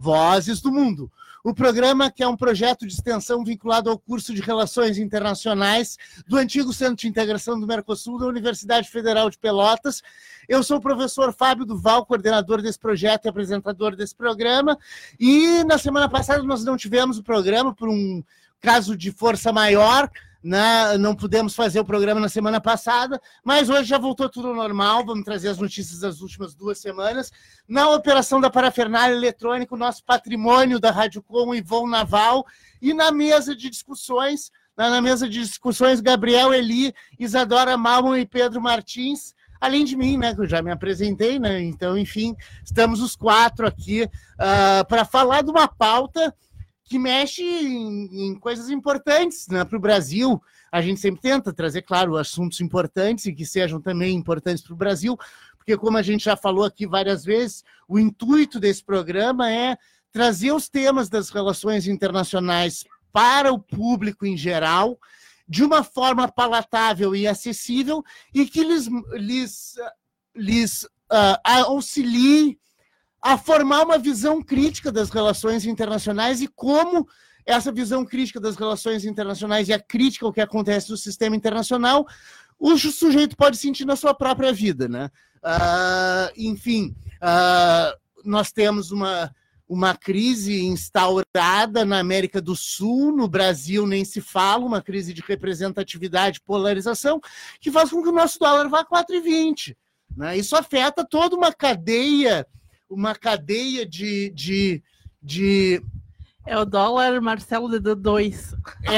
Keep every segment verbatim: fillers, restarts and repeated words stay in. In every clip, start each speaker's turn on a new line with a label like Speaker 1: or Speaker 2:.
Speaker 1: Vozes do Mundo. O programa, que é um projeto de extensão vinculado ao curso de Relações Internacionais do antigo Centro de Integração do Mercosul da Universidade Federal de Pelotas. Eu sou o professor Fábio Duval, coordenador desse projeto e apresentador desse programa. E na semana passada nós não tivemos o programa por um caso de força maior, né? Não pudemos fazer o programa na semana passada, mas hoje já voltou tudo ao normal. Vamos trazer as notícias das últimas duas semanas. Na operação da parafernália eletrônica, o nosso patrimônio da Rádio Com, Ivon Naval, e na mesa de discussões, na mesa de discussões, Gabriel Eli, Isadora Malman e Pedro Martins, além de mim, né, que eu já me apresentei, né? Então, enfim, estamos os quatro aqui uh, para falar de uma pauta que mexe em, em coisas importantes, né, para o Brasil. A gente sempre tenta trazer, claro, assuntos importantes e que sejam também importantes para o Brasil, porque, como a gente já falou aqui várias vezes, o intuito desse programa é trazer os temas das relações internacionais para o público em geral, de uma forma palatável e acessível, e que lhes, lhes, lhes uh, auxilie a formar uma visão crítica das relações internacionais e como essa visão crítica das relações internacionais e a crítica ao que acontece no sistema internacional o sujeito pode sentir na sua própria vida, né? Uh, enfim, uh, nós temos uma, uma crise instaurada na América do Sul, no Brasil nem se fala, uma crise de representatividade, polarização, que faz com que o nosso dólar vá a quatro e vinte, né? Isso afeta toda uma cadeia uma cadeia de, de, de...
Speaker 2: É o dólar Marcelo D dois.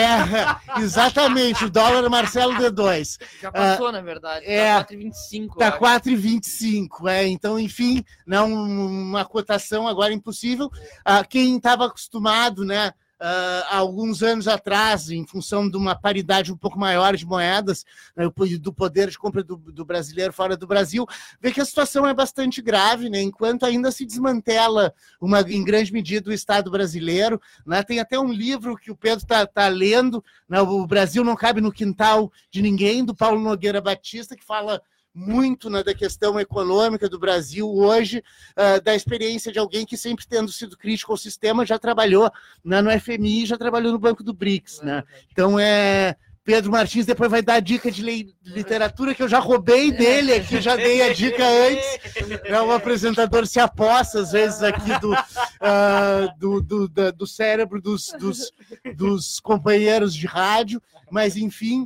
Speaker 1: É, exatamente, o dólar Marcelo D dois.
Speaker 3: Já passou, uh, na verdade,
Speaker 1: é,
Speaker 3: tá quatro e vinte e cinco.
Speaker 1: Tá quatro e vinte e cinco, é, então, enfim, não, uma cotação agora impossível. Uh, quem estava acostumado, né, Uh, há alguns anos atrás, em função de uma paridade um pouco maior de moedas, né, do poder de compra do, do brasileiro fora do Brasil, vê que a situação é bastante grave, né, enquanto ainda se desmantela, uma, em grande medida, o Estado brasileiro, né. Tem até um livro que o Pedro está tá lendo, né, O Brasil Não Cabe no Quintal de Ninguém, do Paulo Nogueira Batista, que fala muito, né, da questão econômica do Brasil hoje, uh, da experiência de alguém que, sempre tendo sido crítico ao sistema, já trabalhou, né, no F M I, já trabalhou no Banco do BRICS, né? Então é Pedro Martins depois vai dar a dica de literatura que eu já roubei dele aqui, já dei a dica antes. É um apresentador se aposta às vezes aqui do, uh, do, do, do, do cérebro dos, dos, dos companheiros de rádio, mas enfim.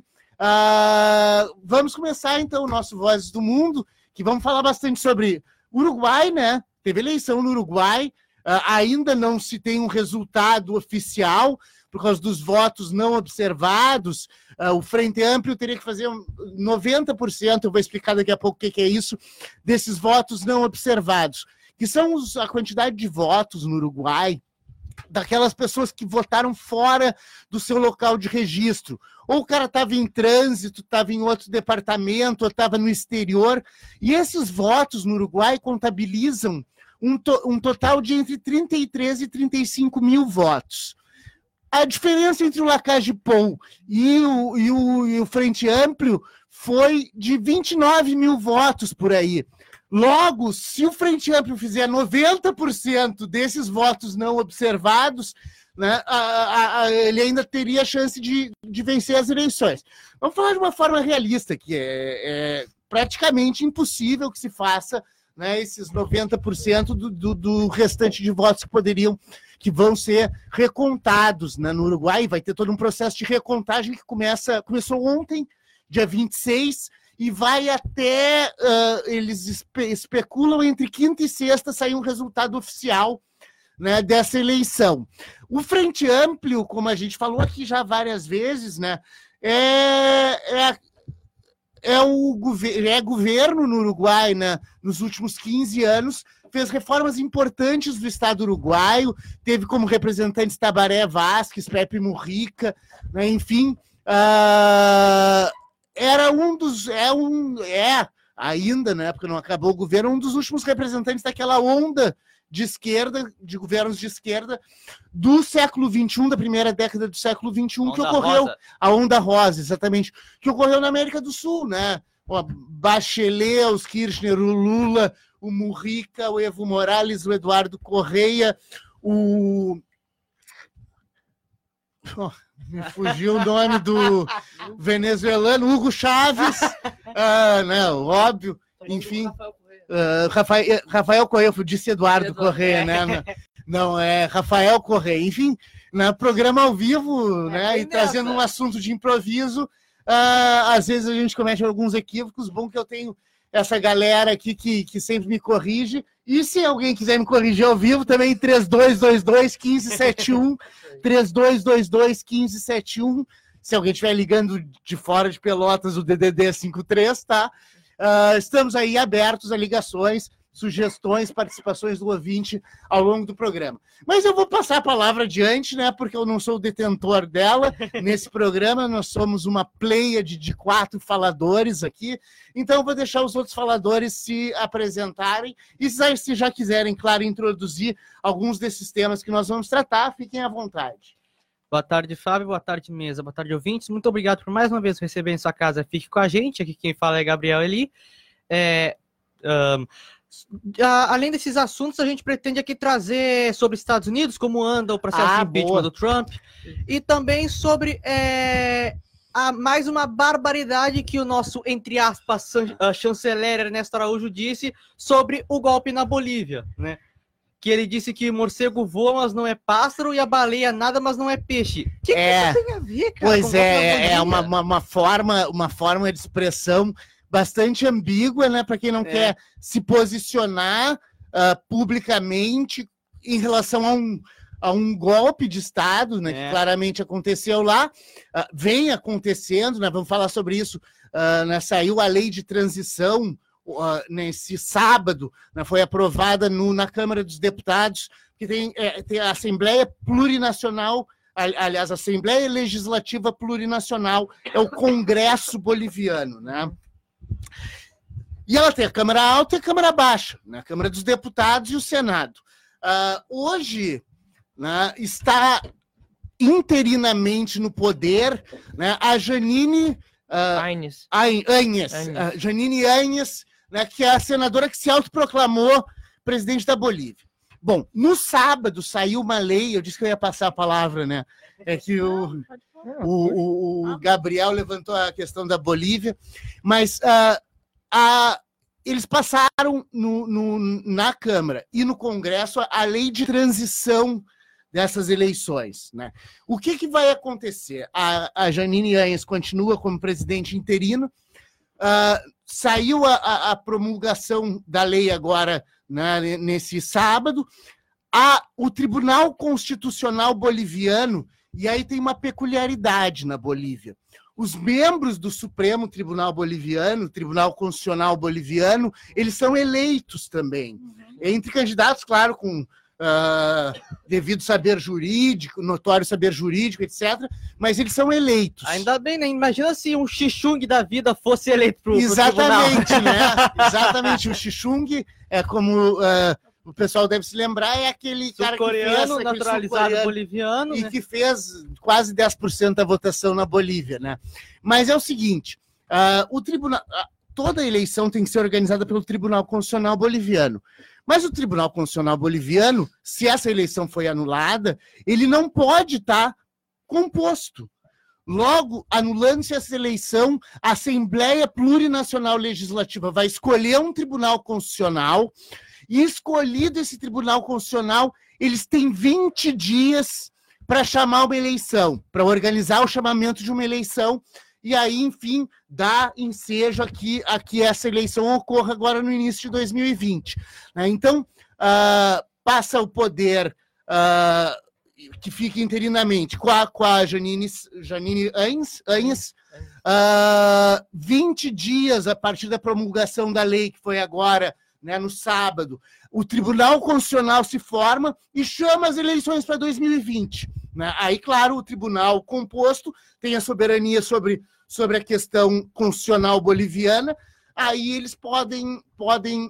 Speaker 1: Uh, vamos começar então o nosso Vozes do Mundo, que vamos falar bastante sobre Uruguai, né? Teve eleição no Uruguai, uh, ainda não se tem um resultado oficial por causa dos votos não observados. Uh, o Frente Amplio teria que fazer noventa por cento, eu vou explicar daqui a pouco o que, que é isso, desses votos não observados, que são os, a quantidade de votos no Uruguai daquelas pessoas que votaram fora do seu local de registro. Ou o cara estava em trânsito, estava em outro departamento, ou estava no exterior. E esses votos no Uruguai contabilizam um, to- um total de entre trinta e três e trinta e cinco mil votos. A diferença entre o Lacage Pou e o, e, o, e o Frente Amplio foi de vinte e nove mil votos por aí. Logo, se o Frente Amplio fizer noventa por cento desses votos não observados, né, a, a, a, ele ainda teria a chance de, de vencer as eleições. Vamos falar de uma forma realista, que é, é praticamente impossível que se faça, né, esses noventa por cento do, do, do restante de votos que poderiam, que vão ser recontados, né, no Uruguai. Vai ter todo um processo de recontagem que começa, começou ontem, dia vinte e seis, e vai até, uh, eles espe- especulam entre quinta e sexta sair um resultado oficial, né, dessa eleição. O Frente Amplio, como a gente falou aqui já várias vezes, né, é, é, é, o gover- é governo no Uruguai, né, nos últimos quinze anos, fez reformas importantes do Estado uruguaio, teve como representantes Tabaré Vázquez, Pepe Mujica, né, enfim... Uh, era um dos, é um, é ainda, né, porque não acabou o governo, um dos últimos representantes daquela onda de esquerda, de governos de esquerda, do século vinte e um, da primeira década do século vinte e um, que ocorreu, rosa. a onda rosa, exatamente, que ocorreu na América do Sul, né, o Bachelet, os Kirchner, o Lula, o Mujica, o Evo Morales, o Eduardo Correia, o... Oh, me fugiu o nome do venezuelano, Hugo Chávez, ah, não, óbvio, enfim, uh, Rafael, Rafael Correia, eu disse Eduardo, Eduardo Correia, né? Não, é Rafael Correia, enfim, no programa ao vivo, é, né, e trazendo um assunto de improviso, uh, às vezes a gente comete alguns equívocos, bom que eu tenho essa galera aqui que, que sempre me corrige. E se alguém quiser me corrigir ao vivo, também três dois dois dois, um cinco sete um, três dois dois dois, um cinco sete um. Se alguém estiver ligando de fora de Pelotas, o D D D cinquenta e três, tá? Uh, estamos aí abertos a ligações, sugestões, participações do ouvinte ao longo do programa. Mas eu vou passar a palavra adiante, né? Porque eu não sou o detentor dela nesse programa, nós somos uma pleiade de quatro faladores aqui, então eu vou deixar os outros faladores se apresentarem e se já quiserem, claro, introduzir alguns desses temas que nós vamos tratar, fiquem à vontade.
Speaker 4: Boa tarde, Fábio. Boa tarde, mesa. Boa tarde, ouvintes. Muito obrigado por mais uma vez receber em sua casa. Fique com a gente. Aqui quem fala é Gabriel Eli. É... Um... Além desses assuntos, a gente pretende aqui trazer sobre Estados Unidos, como anda o processo ah, de impeachment boa. do Trump, e também sobre é, a, mais uma barbaridade que o nosso, entre aspas, chanceler Ernesto Araújo disse sobre o golpe na Bolívia, né? Que ele disse que morcego voa, mas não é pássaro, e a baleia nada, mas não é peixe. O que,
Speaker 1: é,
Speaker 4: que isso tem a ver, cara?
Speaker 1: Pois é, é uma, uma, uma, forma, uma forma de expressão bastante ambígua, né, para quem não é. quer se posicionar uh, publicamente em relação a um, a um golpe de Estado, né, é. que claramente aconteceu lá, uh, vem acontecendo, né, vamos falar sobre isso, uh, né, saiu a lei de transição uh, nesse sábado, né, foi aprovada no, na Câmara dos Deputados, que tem, é, tem a Assembleia Plurinacional, aliás, a Assembleia Legislativa Plurinacional, é o Congresso Boliviano, né? E ela tem a Câmara Alta e a Câmara Baixa, né? A Câmara dos Deputados e o Senado. Uh, hoje, né, está interinamente no poder, né, a Janine uh,
Speaker 3: Áñez,
Speaker 1: Áñez, uh, Janine Áñez, né, que é a senadora que se autoproclamou presidente da Bolívia. Bom, no sábado saiu uma lei, eu disse que eu ia passar a palavra, né? É que o, o, o Gabriel levantou a questão da Bolívia, mas uh, a, eles passaram no, no, na Câmara e no Congresso a, a lei de transição dessas eleições, né? O que, que vai acontecer? A, a Janine Áñez continua como presidente interino, uh, saiu a, a, a promulgação da lei agora, né, nesse sábado, a, o Tribunal Constitucional Boliviano, e aí tem uma peculiaridade na Bolívia. Os membros do Supremo Tribunal Boliviano, Tribunal Constitucional Boliviano, eles são eleitos também. Uhum. Entre candidatos, claro, com uh, devido saber jurídico, notório saber jurídico, etcétera, mas eles são eleitos.
Speaker 4: Ainda bem, né? Imagina se um Xixung da vida fosse eleito para o
Speaker 1: Exatamente, pro né? Exatamente. O Xixung é como... Uh, o pessoal deve se lembrar, é aquele cara que fez,
Speaker 4: naturalizado boliviano,
Speaker 1: e
Speaker 4: né?
Speaker 1: que fez quase dez por cento da votação na Bolívia, né? Mas é o seguinte, uh, o tribunal, uh, toda eleição tem que ser organizada pelo Tribunal Constitucional Boliviano. Mas o Tribunal Constitucional Boliviano, se essa eleição foi anulada, ele não pode estar composto. Logo, anulando-se essa eleição, a Assembleia Plurinacional Legislativa vai escolher um Tribunal Constitucional. E escolhido esse Tribunal Constitucional, eles têm vinte dias para chamar uma eleição, para organizar o chamamento de uma eleição, e aí, enfim, dar ensejo a que, a que essa eleição ocorra agora no início de dois mil e vinte. Então, uh, passa o poder, uh, que fica interinamente, com a, com a Janine, Janine Áñez, Áñez uh, vinte dias a partir da promulgação da lei, que foi agora, né, no sábado, o Tribunal Constitucional se forma e chama as eleições para dois mil e vinte. Né? Aí, claro, o tribunal composto tem a soberania sobre, sobre a questão constitucional boliviana, aí eles podem, podem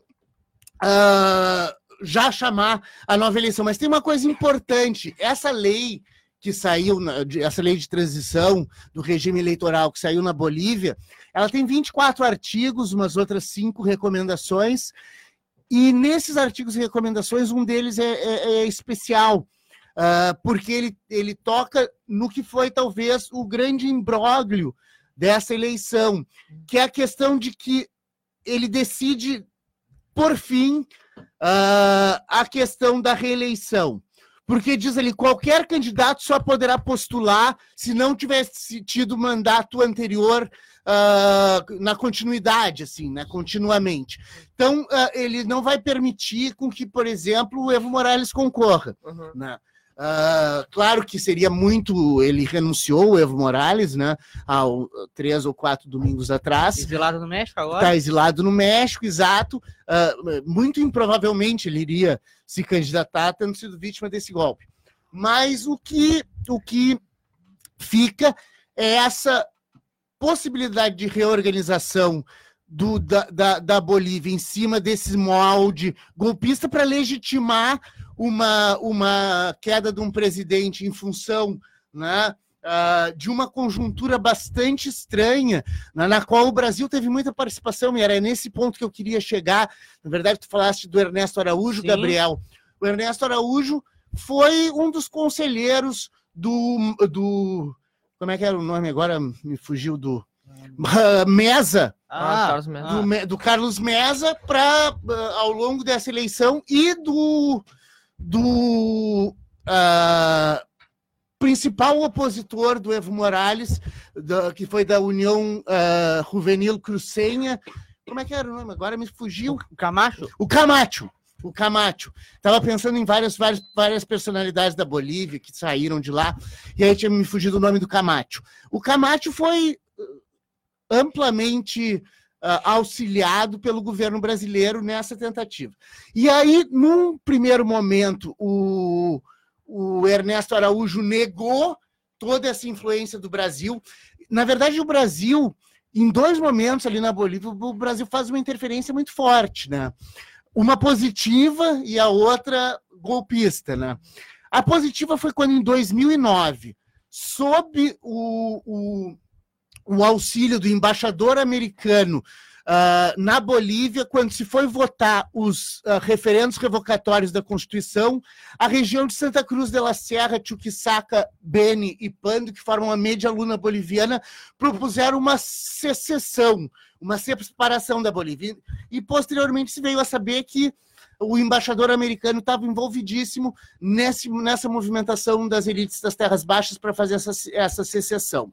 Speaker 1: uh, já chamar a nova eleição. Mas tem uma coisa importante, essa lei que saiu, essa lei de transição do regime eleitoral que saiu na Bolívia, ela tem vinte e quatro artigos, umas outras cinco recomendações, e nesses artigos e recomendações, um deles é, é, é especial, uh, porque ele, ele toca no que foi talvez o grande imbróglio dessa eleição, que é a questão de que ele decide, por fim, uh, a questão da reeleição. Porque diz ali, qualquer candidato só poderá postular se não tivesse tido mandato anterior uh, na continuidade, assim, né, continuamente. Então, uh, ele não vai permitir com que, por exemplo, o Evo Morales concorra. Uhum. Né? Uh, claro que seria muito... Ele renunciou, o Evo Morales, né, há três ou quatro domingos atrás.
Speaker 4: Exilado no México agora?
Speaker 1: Está exilado no México, exato. Uh, muito improvavelmente ele iria se candidatar, tendo sido vítima desse golpe. Mas o que, o que fica é essa possibilidade de reorganização do, da, da, da Bolívia em cima desse molde golpista para legitimar uma, uma queda de um presidente em função, né, uh, de uma conjuntura bastante estranha, na, na qual o Brasil teve muita participação, e era nesse ponto que eu queria chegar. Na verdade, tu falaste do Ernesto Araújo, sim, Gabriel. O Ernesto Araújo foi um dos conselheiros do, do... Como é que era o nome agora? Me fugiu do... Uh, Mesa,
Speaker 3: ah, Carlos Mesa.
Speaker 1: Do, do Carlos Mesa, para uh, ao longo dessa eleição, e do, do uh, principal opositor do Evo Morales, do, que foi da União uh, Juvenil Crucenha. Como é que era o nome? Agora me fugiu.
Speaker 4: O Camacho?
Speaker 1: O Camacho. O Camacho. Estava pensando em várias, várias, várias personalidades da Bolívia que saíram de lá, e aí tinha me fugido o nome do Camacho. O Camacho foi amplamente uh, auxiliado pelo governo brasileiro nessa tentativa. E aí, num primeiro momento, o, o Ernesto Araújo negou toda essa influência do Brasil. Na verdade, o Brasil, em dois momentos ali na Bolívia, o Brasil faz uma interferência muito forte, né? Uma positiva e a outra golpista, né? A positiva foi quando, em dois mil e nove, sob o... o o auxílio do embaixador americano uh, na Bolívia, quando se foi votar os uh, referendos revocatórios da Constituição, a região de Santa Cruz de la Sierra, Chuquisaca, Beni e Pando, que formam a média luna boliviana, propuseram uma secessão, uma separação da Bolívia. E, posteriormente, se veio a saber que o embaixador americano estava envolvidíssimo nesse, nessa movimentação das elites das terras baixas para fazer essa, essa secessão.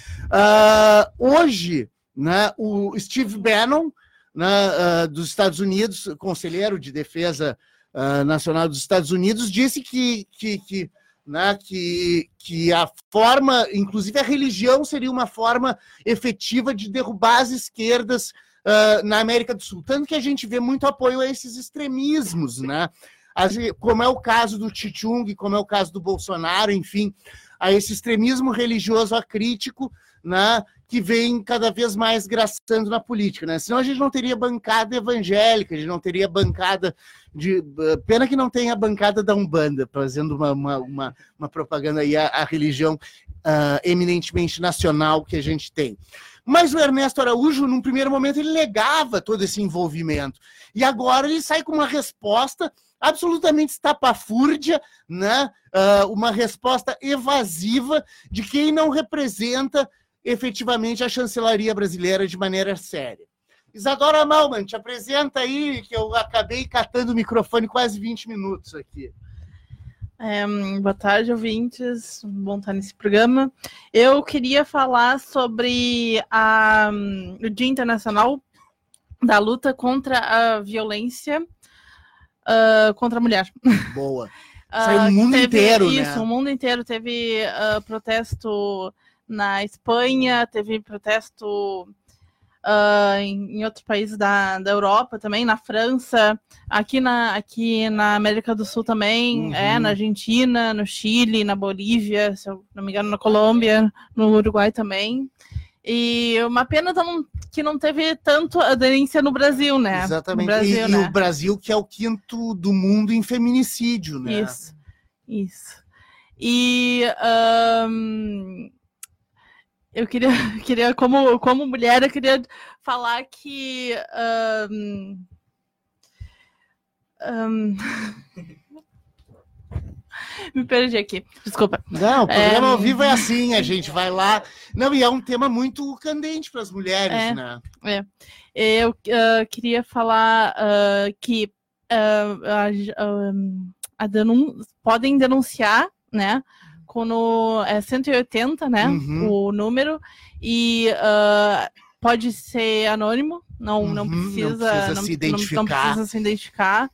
Speaker 1: Uh, hoje, né, o Steve Bannon, né, uh, dos Estados Unidos, conselheiro de defesa uh, nacional dos Estados Unidos, disse que, que, que, né, que, que a forma, inclusive a religião, seria uma forma efetiva de derrubar as esquerdas Uh, na América do Sul, tanto que a gente vê muito apoio a esses extremismos, né? As, como é o caso do Chichung, como é o caso do Bolsonaro, enfim, a esse extremismo religioso acrítico, né, que vem cada vez mais graçando na política, né? Senão a gente não teria bancada evangélica, a gente não teria bancada de... Pena que não tenha a bancada da Umbanda, fazendo uma, uma, uma, uma propaganda aí à, à religião uh, eminentemente nacional que a gente tem. Mas o Ernesto Araújo, num primeiro momento, ele negava todo esse envolvimento. E agora ele sai com uma resposta absolutamente estapafúrdia, né? Uh, uma resposta evasiva de quem não representa efetivamente a chancelaria brasileira de maneira séria. Isadora Malman, te apresenta aí, que eu acabei catando o microfone quase vinte minutos aqui.
Speaker 2: É, boa tarde, ouvintes. Bom estar nesse programa. Eu queria falar sobre a, o Dia Internacional da Luta contra a Violência uh, contra a Mulher.
Speaker 1: Boa. Saiu uh, o mundo
Speaker 2: teve,
Speaker 1: inteiro,
Speaker 2: isso,
Speaker 1: né?
Speaker 2: o mundo inteiro teve uh, protesto na Espanha, teve protesto Uh, em, em outros países da, da Europa também, na França, aqui na, aqui na América do Sul também, uhum. é, na Argentina, no Chile, na Bolívia, se eu não me engano, na Colômbia, no Uruguai também. E uma pena não, que não teve tanto aderência no Brasil, né?
Speaker 1: Exatamente.
Speaker 2: Brasil,
Speaker 1: e,
Speaker 2: né?
Speaker 1: e o Brasil, que é o quinto do mundo em feminicídio, né?
Speaker 2: Isso, isso. E... Um... Eu queria, queria como, como mulher, eu queria falar que um, Um... Me perdi aqui, desculpa.
Speaker 1: Não, o programa
Speaker 2: É,
Speaker 1: ao vivo é assim, a gente vai lá. Não, e é um tema muito candente para as mulheres,
Speaker 2: É.
Speaker 1: né?
Speaker 2: Eu uh, queria falar uh, que uh, a, um, a denun- podem denunciar, né? Quando é cento e oitenta, né?
Speaker 1: Uhum.
Speaker 2: O número, e uh, pode ser anônimo, não, não
Speaker 1: Uhum,
Speaker 2: precisa,
Speaker 1: não precisa
Speaker 2: não,
Speaker 1: se
Speaker 2: não-
Speaker 1: identificar.
Speaker 2: não precisa se identificar.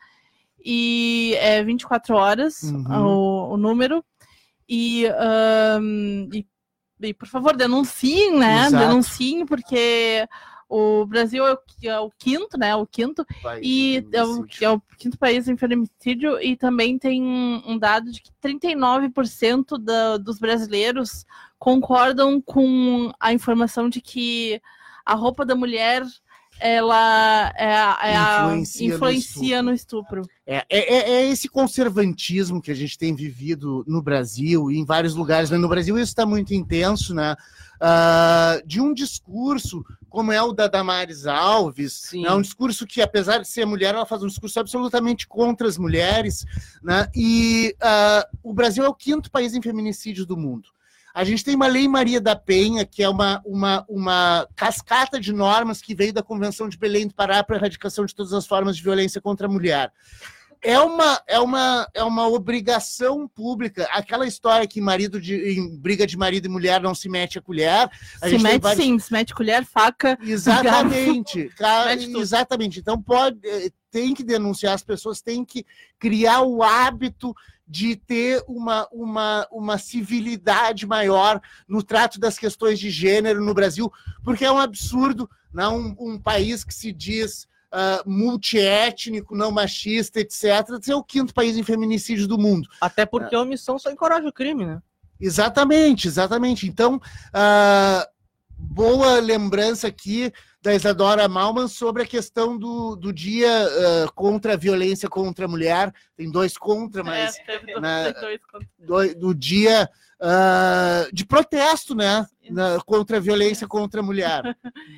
Speaker 2: E é vinte e quatro horas
Speaker 1: Uhum.
Speaker 2: o, o número. E, um, e, e, por favor, denunciem, né?
Speaker 1: Exato.
Speaker 2: Denunciem, porque o Brasil é o, é o quinto, né? O quinto,
Speaker 1: Vai,
Speaker 2: e é o,
Speaker 1: feminicídio.
Speaker 2: é o quinto país em feminicídio, e também tem um, um dado de que trinta e nove por cento da, dos brasileiros concordam com a informação de que a roupa da mulher ela é, a- é a-
Speaker 1: Influencia no
Speaker 2: influencia no estupro.
Speaker 1: É, é, é esse conservantismo que a gente tem vivido no Brasil e em vários lugares, né? No Brasil isso está muito intenso, né? Ah, de um discurso como é o da Damares Alves,
Speaker 4: Sim.
Speaker 1: né? Um discurso que, apesar de ser mulher, ela faz um discurso absolutamente contra as mulheres, né? E ah, o Brasil é o quinto país em feminicídio do mundo. A gente tem uma Lei Maria da Penha, que é uma, uma, uma cascata de normas que veio da Convenção de Belém do Pará para a erradicação de todas as formas de violência contra a mulher. É uma, é uma, é uma obrigação pública. Aquela história que marido de, em briga de marido e mulher não se mete a colher. A
Speaker 2: Se
Speaker 1: gente tem
Speaker 2: mete
Speaker 1: vários-
Speaker 2: sim, se mete colher, faca.
Speaker 1: Exatamente. Ca-
Speaker 2: Mete tudo.
Speaker 1: Exatamente. Então pode, eh, tem que denunciar, as pessoas têm que criar o hábito de ter uma, uma, uma civilidade maior no trato das questões de gênero no Brasil, porque é um absurdo, né? um, um país que se diz uh, multiétnico, não machista, etcétera, ser o quinto país em feminicídio do mundo.
Speaker 4: Até porque a omissão só encoraja o crime, né?
Speaker 1: Exatamente, exatamente. Então, ah, boa lembrança aqui da Isadora Malman sobre a questão do, do dia ah, contra a violência contra a mulher. Tem dois contra, mas
Speaker 2: É, teve dois-
Speaker 1: na-
Speaker 2: dois contra-
Speaker 1: do, do dia ah, de protesto, né? Na- contra a violência contra a mulher.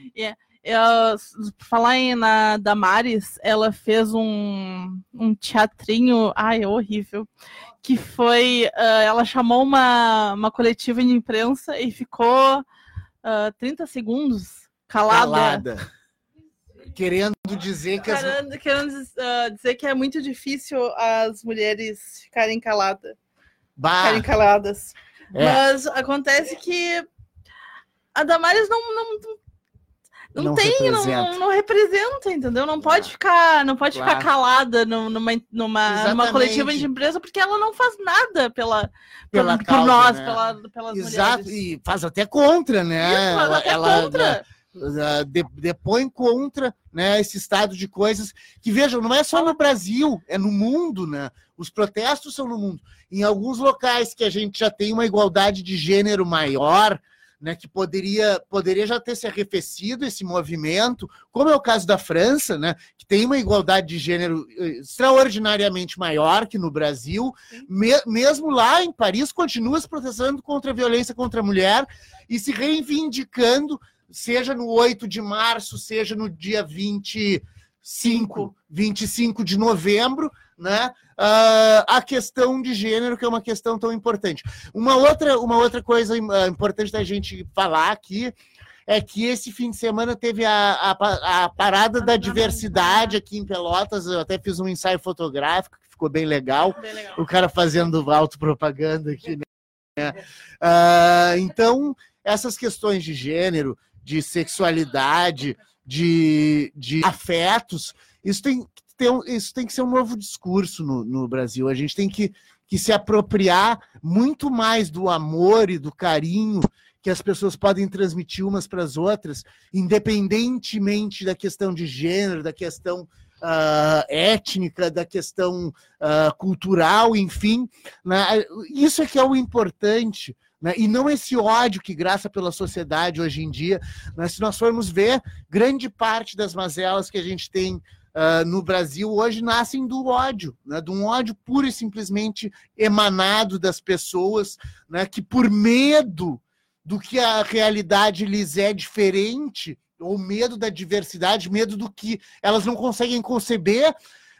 Speaker 2: Eu, por falar em na Damares, ela fez um, um teatrinho, ai, é horrível, que foi, ah, ela chamou uma, uma coletiva de imprensa e ficou ah, trinta segundos calada,
Speaker 1: Calada. Querendo dizer que as,
Speaker 2: querendo, querendo ah, dizer que é muito difícil as mulheres ficarem caladas,
Speaker 1: bah,
Speaker 2: ficarem caladas.
Speaker 1: é,
Speaker 2: Mas acontece que a Damares não, não, não,
Speaker 1: Não
Speaker 2: tem,
Speaker 1: representa.
Speaker 2: não, não representa, entendeu? Não pode ficar, não pode
Speaker 1: Claro.
Speaker 2: ficar calada no- numa, numa, numa
Speaker 1: Exatamente.
Speaker 2: coletiva de imprensa, porque ela não faz nada pela,
Speaker 1: Pela
Speaker 2: por,
Speaker 1: causa,
Speaker 2: por nós,
Speaker 1: né?
Speaker 2: pela, pelas
Speaker 1: exato,
Speaker 2: mulheres.
Speaker 1: e faz até contra, né?
Speaker 2: Isso, faz até contra.
Speaker 1: uh, de- depõe contra, né, esse estado de coisas que, vejam, não é só no Brasil, é no mundo, né? Os protestos são no mundo. Em alguns locais que a gente já tem uma igualdade de gênero maior, né, que poderia, poderia já ter se arrefecido esse movimento, como é o caso da França, né, que tem uma igualdade de gênero eh, extraordinariamente maior que no Brasil. Me- mesmo lá em Paris, continua se protestando contra a violência contra a mulher e se reivindicando, seja no oito de março, seja no dia vinte e cinco, vinte e cinco de novembro, né? ah, a questão de gênero, que é uma questão tão importante. Uma outra, uma outra coisa ah, importante da gente falar aqui é que esse fim de semana teve a, a, pa- a parada da diversidade aqui em Pelotas. Eu até fiz um ensaio fotográfico que ficou bem legal.
Speaker 2: Bem legal.
Speaker 1: O cara fazendo autopropaganda aqui, né? Ah, então, essas questões de gênero, de sexualidade, de, de afetos, isso tem, que ter um- isso tem que ser um novo discurso no, no Brasil. A gente tem que, que se apropriar muito mais do amor e do carinho que as pessoas podem transmitir umas para as outras, independentemente da questão de gênero, da questão ah, étnica, da questão ah, cultural, enfim, né? Isso é que é o importante, né? E não esse ódio que graça pela sociedade hoje em dia, né? Se nós formos ver, grande parte das mazelas que a gente tem ah, no Brasil hoje nascem do ódio, né? De um ódio puro e simplesmente emanado das pessoas, né? Que por medo do que a realidade lhes é diferente, ou medo da diversidade, medo do que elas não conseguem conceber,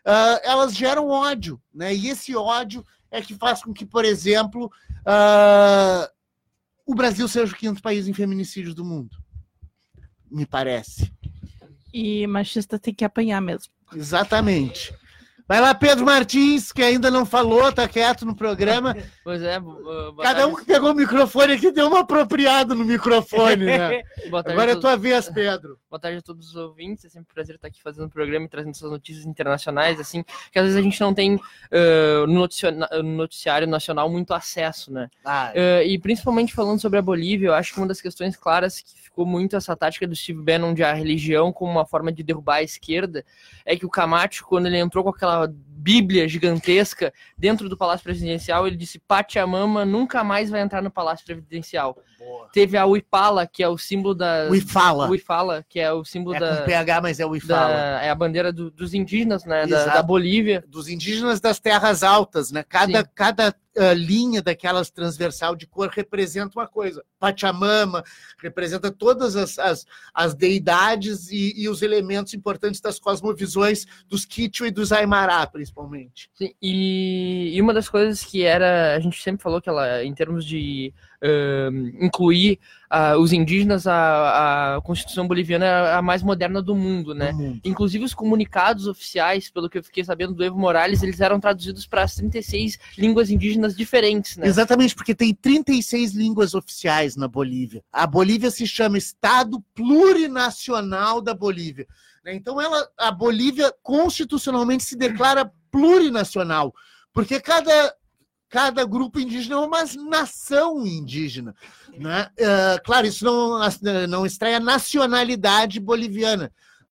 Speaker 1: uh, elas geram ódio, né? E esse ódio é que faz com que, por exemplo, uh, o Brasil seja o quinto país em feminicídios do mundo, me parece.
Speaker 2: E machista tem que apanhar mesmo.
Speaker 1: Exatamente. Vai lá, Pedro Martins, que ainda não falou, tá quieto no programa.
Speaker 3: Pois é. Uh,
Speaker 1: Cada um que pegou o microfone aqui deu uma apropriada no microfone, né?
Speaker 3: Agora
Speaker 1: é tua vez, Pedro.
Speaker 3: Boa tarde a todos os ouvintes. É sempre um prazer estar aqui fazendo o programa e trazendo essas notícias internacionais, assim, que às vezes a gente não tem uh, no noticiário nacional muito acesso, né? Ah, é. uh, e principalmente falando sobre a Bolívia, eu acho que uma das questões claras que ficou muito essa tática do Steve Bannon de a religião como uma forma de derrubar a esquerda é que o Camacho, quando ele entrou com aquela bíblia gigantesca dentro do Palácio Presidencial, ele disse: Pachamama nunca mais vai entrar no Palácio Presidencial. Boa. Teve a Uipala, que é o símbolo da...
Speaker 1: Uifala.
Speaker 3: Uifala, que é o símbolo
Speaker 1: é
Speaker 3: da...
Speaker 1: com P H, mas é Uifala.
Speaker 3: Da, é a bandeira do, dos indígenas, né, da, da Bolívia.
Speaker 1: Dos indígenas das terras altas, né? Cada, cada uh, linha daquelas transversal de cor representa uma coisa. Pachamama representa todas as, as, as deidades e, e os elementos importantes das cosmovisões dos Quichua e dos Aymara, principalmente.
Speaker 3: Sim, e, e uma das coisas que era... A gente sempre falou que ela, em termos de... Uh, incluir uh, os indígenas, a, a Constituição boliviana é a mais moderna do mundo, né? Uhum. Inclusive os comunicados oficiais, pelo que eu fiquei sabendo do Evo Morales, eles eram traduzidos para as trinta e seis línguas indígenas diferentes, né?
Speaker 1: Exatamente, porque tem trinta e seis línguas oficiais na Bolívia. A Bolívia se chama Estado Plurinacional da Bolívia. Então ela, a Bolívia constitucionalmente se declara plurinacional, porque cada... Cada grupo indígena é uma nação indígena, né? Uh, claro, isso não, não extrai a nacionalidade boliviana.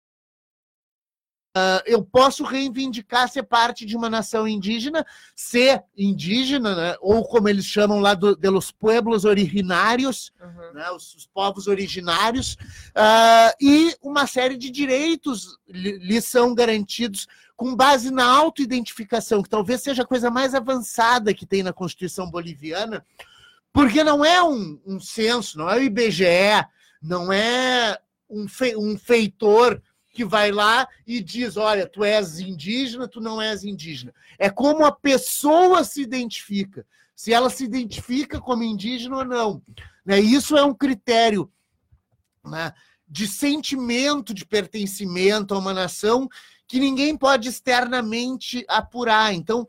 Speaker 1: Uh, eu posso reivindicar ser parte de uma nação indígena, ser indígena, né? Ou como eles chamam lá do, de los pueblos originários, uhum. né? os, os povos originários, uh, e uma série de direitos lhes são garantidos com base na autoidentificação, que talvez seja a coisa mais avançada que tem na Constituição boliviana, porque não é um, um censo, não é o I B G E, não é um, fe, um feitor que vai lá e diz, olha, tu és indígena, tu não és indígena. É como a pessoa se identifica, se ela se identifica como indígena ou não. Né? Isso é um critério, né, de sentimento de pertencimento a uma nação que ninguém pode externamente apurar. Então,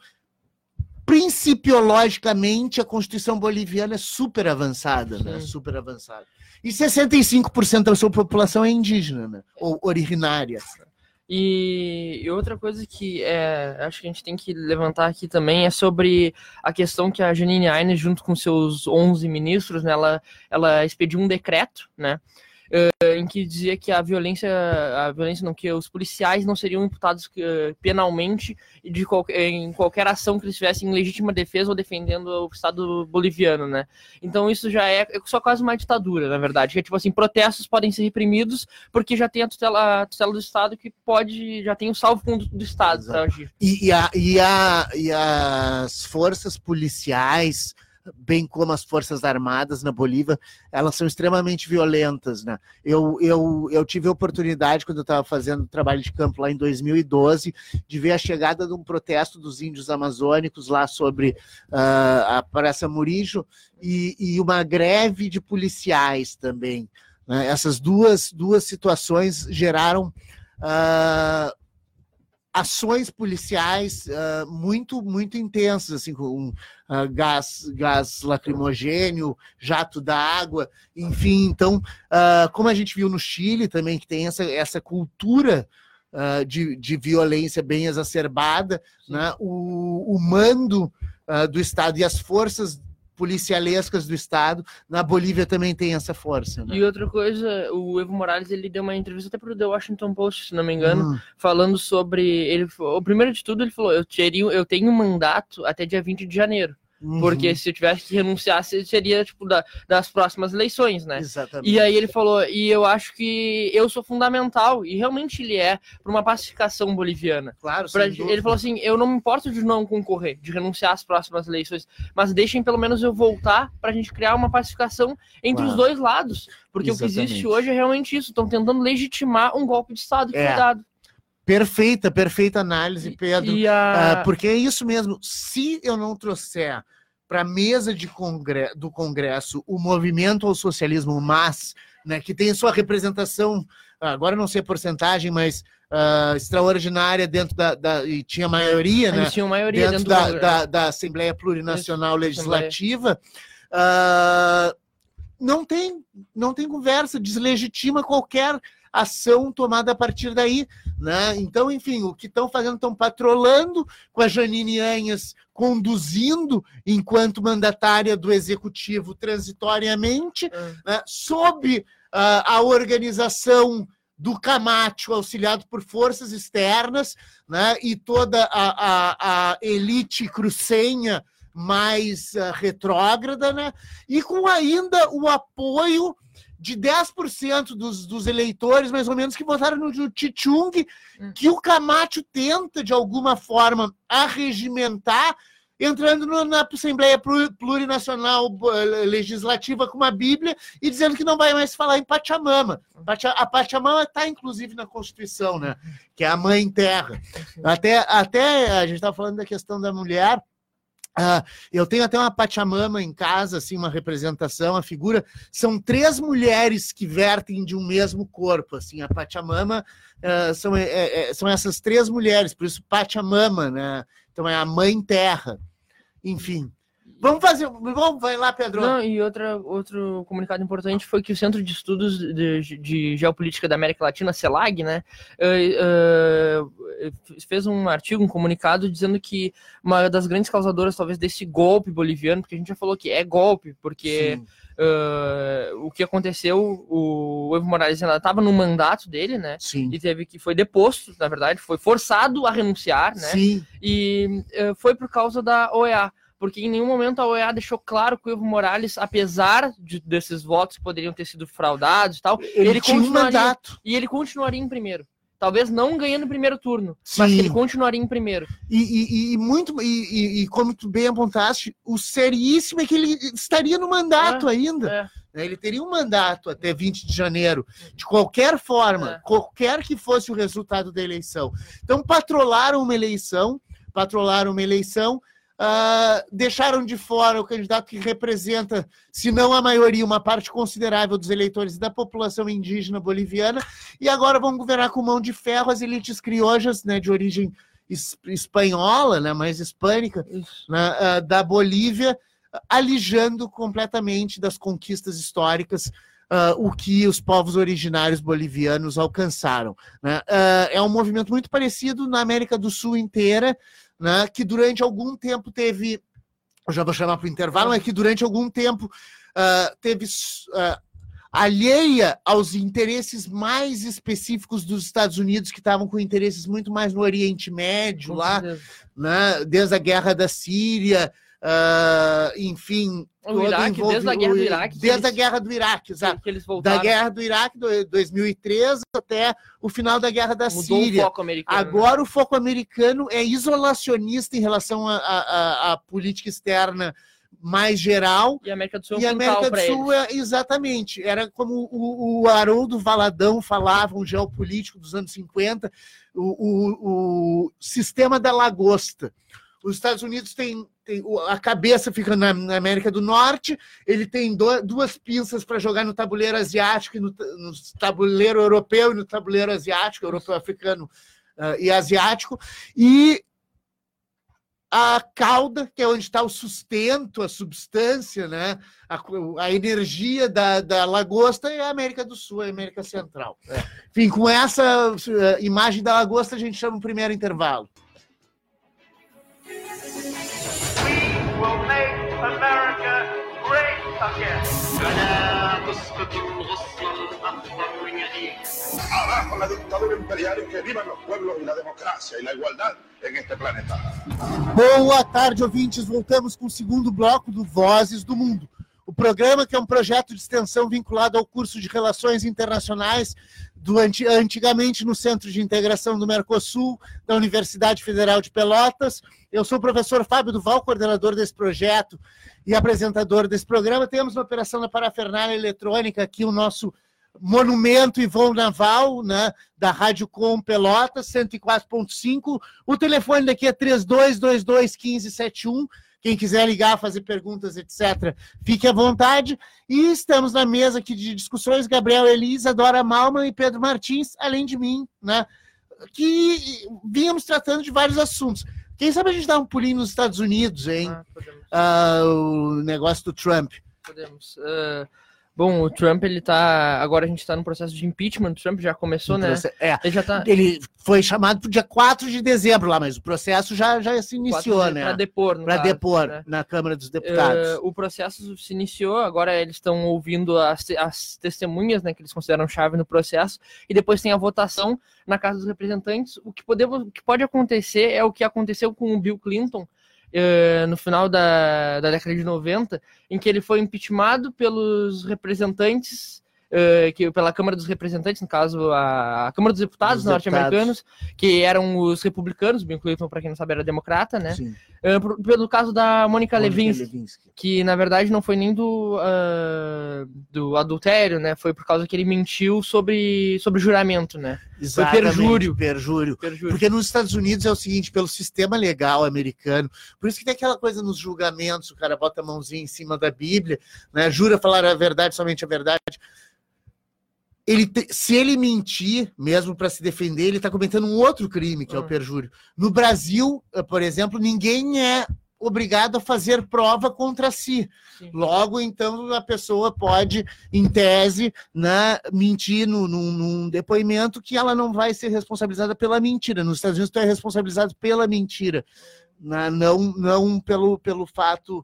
Speaker 1: principiologicamente, a Constituição boliviana é super avançada, né? Super avançada. E sessenta e cinco por cento da sua população é indígena, né? Ou originária.
Speaker 3: E, e outra coisa que é, acho que a gente tem que levantar aqui também é sobre a questão que a Jeanine Áñez, junto com seus onze ministros, né, ela, ela expediu um decreto, né, Uh, em que dizia que a violência, a violência não, que os policiais não seriam imputados uh, penalmente de qual, em qualquer ação que eles tivessem em legítima defesa ou defendendo o Estado boliviano, né? Então isso já é, é só quase uma ditadura, na verdade, que é tipo assim, protestos podem ser reprimidos porque já tem a tutela, a tutela do Estado que pode, já tem o salvo-conduto do Estado para agir.
Speaker 1: E, e, a, e, a, e as forças policiais, bem como as forças armadas na Bolívia, elas são extremamente violentas, né? Eu, eu, eu tive a oportunidade, quando eu estava fazendo trabalho de campo lá em dois mil e doze, de ver a chegada de um protesto dos índios amazônicos lá sobre uh, a Praça Murijo e, e uma greve de policiais também, né? Essas duas, duas situações geraram uh, ações policiais uh, muito, muito intensas, assim, com uh, gás, gás lacrimogênio, jato d'água, enfim. Então, uh, como a gente viu no Chile também, que tem essa, essa cultura uh, de, de violência bem exacerbada, né? o, o mando uh, do Estado e as forças policialescas do Estado, na Bolívia também tem essa força. Né?
Speaker 3: E outra coisa, o Evo Morales, ele deu uma entrevista até para o The Washington Post, se não me engano, uhum. falando sobre... Ele, o primeiro de tudo, ele falou, eu, teria, eu tenho um mandato até dia vinte de janeiro. Uhum. Porque se eu tivesse que renunciar, seria tipo da, das próximas eleições, né?
Speaker 1: Exatamente.
Speaker 3: E aí ele falou, e eu acho que eu sou fundamental, e realmente ele é, para uma pacificação boliviana.
Speaker 1: Claro,
Speaker 3: pra, ele falou assim, eu não me importo de não concorrer, de renunciar às próximas eleições, mas deixem pelo menos eu voltar pra gente criar uma pacificação entre claro. os dois lados. Porque Exatamente. o que existe hoje é realmente isso, estão tentando legitimar um golpe de Estado que
Speaker 1: é.
Speaker 3: foi dado.
Speaker 1: Perfeita, perfeita análise, Pedro.
Speaker 3: E a...
Speaker 1: uh, porque é isso mesmo. Se eu não trouxer para a mesa de congre do Congresso o movimento ao socialismo, mas, né, que tem sua representação, agora não sei a porcentagem, mas uh, extraordinária dentro da, da... E tinha maioria, né?
Speaker 3: Tinha maioria
Speaker 1: dentro,
Speaker 3: dentro
Speaker 1: da,
Speaker 3: do...
Speaker 1: da, da Assembleia Plurinacional
Speaker 3: Isso,
Speaker 1: Legislativa. Uh, não tem, não tem conversa, deslegitima qualquer ação tomada a partir daí, né? Então, enfim, o que estão fazendo, estão patrolando com a Jeanine Áñez conduzindo enquanto mandatária do Executivo transitoriamente, hum. né? Sob uh, a organização do Camacho, auxiliado por forças externas, né? E toda a, a, a elite crucenha mais uh, retrógrada, né? E com ainda o apoio de dez por cento dos, dos eleitores, mais ou menos, que votaram no Tchung, hum. que o Camacho tenta, de alguma forma, arregimentar, entrando no, na Assembleia Plurinacional Legislativa com uma Bíblia e dizendo que não vai mais falar em Pachamama. A Pachamama está, inclusive, na Constituição, né? Que é a mãe terra. Até, até a gente estava falando da questão da mulher. Uh, eu tenho até uma Pachamama em casa, assim, uma representação, a figura. São três mulheres que vertem de um mesmo corpo, assim. A Pachamama uh, são, é, é, são essas três mulheres, por isso Pachamama, né? Então é a mãe terra. Enfim. Vamos fazer. Vamos, vai lá, Pedro.
Speaker 3: Não, e outra, outro comunicado importante foi que o Centro de Estudos de, de Geopolítica da América Latina, CELAG, né, uh, uh, fez um artigo, um comunicado, dizendo que uma das grandes causadoras, talvez, desse golpe boliviano, porque a gente já falou que é golpe, porque uh, o que aconteceu, o Evo Morales ainda estava no mandato dele, né?
Speaker 1: Sim.
Speaker 3: E teve que foi deposto, na verdade, foi forçado a renunciar, né?
Speaker 1: Sim.
Speaker 3: E uh, foi por causa da O E A. Porque em nenhum momento a O E A deixou claro que o Evo Morales, apesar de, desses votos que poderiam ter sido fraudados e tal,
Speaker 1: ele, ele tinha um mandato.
Speaker 3: E ele continuaria em primeiro. Talvez não ganhando o primeiro turno, Sim. mas que ele continuaria em primeiro.
Speaker 1: E, e, e muito, e, e como tu bem apontaste, o seríssimo é que ele estaria no mandato
Speaker 3: é,
Speaker 1: ainda.
Speaker 3: É.
Speaker 1: Ele teria um mandato até vinte de janeiro, de qualquer forma, é. qualquer que fosse o resultado da eleição. Então, patrolaram uma eleição, patrolaram uma eleição, Uh, deixaram de fora o candidato que representa, se não a maioria, uma parte considerável dos eleitores e da população indígena boliviana, e agora vão governar com mão de ferro as elites criojas, né, de origem es espanhola, né, mais hispânica, né, uh, da Bolívia, alijando completamente das conquistas históricas uh, o que os povos originários bolivianos alcançaram. Né? Uh, é um movimento muito parecido na América do Sul inteira, né, que durante algum tempo teve, eu já vou chamar para o intervalo, mas que durante algum tempo uh, teve uh, alheia aos interesses mais específicos dos Estados Unidos, que estavam com interesses muito mais no Oriente Médio, lá, né, desde a Guerra da Síria, uh, enfim...
Speaker 3: O Iraque, desde a Guerra do Iraque.
Speaker 1: Desde eles, a Guerra do Iraque, exato.
Speaker 3: Que eles voltaram.
Speaker 1: Da Guerra do Iraque, de dois mil e treze, até o final da Guerra da
Speaker 3: Mudou
Speaker 1: Síria.
Speaker 3: O foco americano.
Speaker 1: Agora né? O foco americano é isolacionista em relação à política externa mais geral.
Speaker 3: E a América do Sul é um
Speaker 1: E a América do Sul é, exatamente. Era como o, o Haroldo Valadão falava, um geopolítico dos anos cinquenta, o, o, o sistema da lagosta. Os Estados Unidos têm, têm a cabeça fica na, na América do Norte, ele tem do, duas pinças para jogar no tabuleiro asiático, e no, no tabuleiro europeu e no tabuleiro asiático, europeu, africano uh, e asiático, e a cauda, que é onde está o sustento, a substância, né? a, a energia da, da lagosta, é a América do Sul, a América Central. É. Enfim, com essa uh, imagem da lagosta, a gente chama o primeiro intervalo.
Speaker 5: Will make America great again. Abajo la dictadura imperial y que vivan los pueblos y la democracia y la igualdad en este planeta.
Speaker 1: Boa tarde, ouvintes. Voltamos com o segundo bloco do Vozes do Mundo. O programa, que é um projeto de extensão vinculado ao curso de Relações Internacionais, do, antigamente no Centro de Integração do Mercosul, da Universidade Federal de Pelotas. Eu sou o professor Fábio Duval, coordenador desse projeto e apresentador desse programa. Temos uma operação na parafernália eletrônica aqui, o nosso Monumento e Voo Naval, né, da Rádio Com Pelotas, cento e quatro ponto cinco. O telefone daqui é trinta e dois vinte e dois quinze setenta e um. Quem quiser ligar, fazer perguntas, etcétera, fique à vontade. E estamos na mesa aqui de discussões, Gabriel Elisa, Dora Malman e Pedro Martins, além de mim, né, que vínhamos tratando de vários assuntos. Quem sabe a gente dá um pulinho nos Estados Unidos, hein? Ah, podemos. Ah, o negócio do Trump.
Speaker 3: Podemos. Uh... Bom, o Trump, ele tá... Agora a gente tá no processo de impeachment, o Trump já começou, né?
Speaker 1: É, ele, já tá... ele foi chamado pro dia quatro de dezembro lá, mas o processo já, já se iniciou, de... né?
Speaker 3: Para depor, no
Speaker 1: Para
Speaker 3: caso,
Speaker 1: depor,
Speaker 3: né?
Speaker 1: Na Câmara dos Deputados.
Speaker 3: Uh, o processo se iniciou, agora eles estão ouvindo as, as testemunhas, né, que eles consideram chave no processo, e depois tem a votação na Casa dos Representantes. O que, podemos, o que pode acontecer é o que aconteceu com o Bill Clinton, Uh, no final da, da década de noventa, em que ele foi impeachmentado pelos representantes, uh, que, pela Câmara dos Representantes, no caso a, a Câmara dos Deputados norte-americanos, que eram os republicanos. Bill Clinton, para quem não sabe, era democrata, né? Uh, por, pelo caso da Mônica Lewinsky, Lewinsky, que na verdade não foi nem do, uh, do adultério, né? Foi por causa que ele mentiu sobre, sobre juramento, né?
Speaker 1: Exatamente,
Speaker 3: foi perjúrio.
Speaker 1: perjúrio.
Speaker 3: perjúrio.
Speaker 1: Porque nos Estados Unidos é o seguinte, pelo sistema legal americano, por isso que tem aquela coisa nos julgamentos, o cara bota a mãozinha em cima da Bíblia, né, jura falar a verdade, somente a verdade. Ele te, se ele mentir, mesmo para se defender, ele está cometendo um outro crime, que hum. é o perjúrio. No Brasil, por exemplo, ninguém é obrigado a fazer prova contra si. Sim. Logo, então, a pessoa pode, em tese, né, mentir no, num, num depoimento que ela não vai ser responsabilizada pela mentira. Nos Estados Unidos, tu é responsabilizado pela mentira, né, não, não pelo, pelo fato...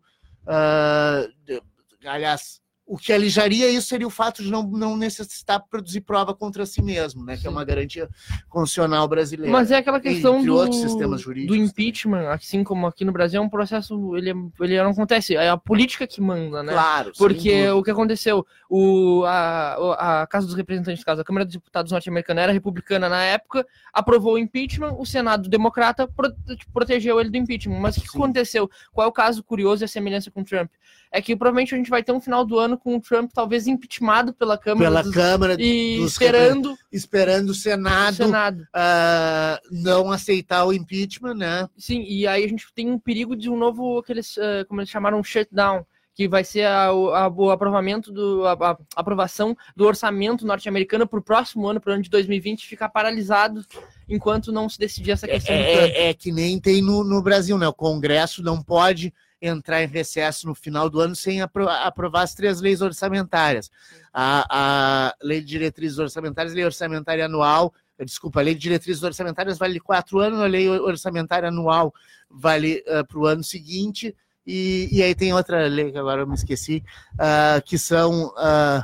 Speaker 1: Uh, de, aliás... O que alijaria isso seria o fato de não, não necessitar produzir prova contra si mesmo, né? Que é uma garantia constitucional brasileira.
Speaker 3: Mas é aquela questão
Speaker 1: entre
Speaker 3: do,
Speaker 1: outros sistemas jurídicos,
Speaker 3: do impeachment, assim como aqui no Brasil, é um processo, ele, ele não acontece, é a política que manda, né?
Speaker 1: Claro.
Speaker 3: Porque o que aconteceu, o, a, a Casa dos Representantes, no caso, a Câmara dos Deputados norte-americana era republicana na época, aprovou o impeachment, o Senado democrata prote, protegeu ele do impeachment. Mas o que Sim. aconteceu? Qual é o caso curioso e a semelhança com o Trump? É que provavelmente a gente vai ter um final do ano com o Trump talvez impeachmentado pela Câmara.
Speaker 1: Pela
Speaker 3: dos,
Speaker 1: Câmara.
Speaker 3: E
Speaker 1: dos
Speaker 3: esperando,
Speaker 1: esperando o Senado,
Speaker 3: o Senado.
Speaker 1: Uh, não aceitar o impeachment, né?
Speaker 3: Sim, e aí a gente tem um perigo de um novo, aqueles, uh, como eles chamaram, shutdown, que vai ser a, a, o aprovamento do, a, a aprovação do orçamento norte-americano para o próximo ano, para o ano de dois mil e vinte, ficar paralisado enquanto não se decidir essa questão.
Speaker 1: É, é, é que nem tem no, no Brasil, né? O Congresso não pode entrar em recesso no final do ano sem apro- aprovar as três leis orçamentárias. A, a Lei de Diretrizes Orçamentárias, Lei Orçamentária Anual, desculpa, a Lei de Diretrizes Orçamentárias vale quatro anos, a Lei Orçamentária Anual vale uh, para o ano seguinte, e, e aí tem outra lei, que agora eu me esqueci, uh, que são uh,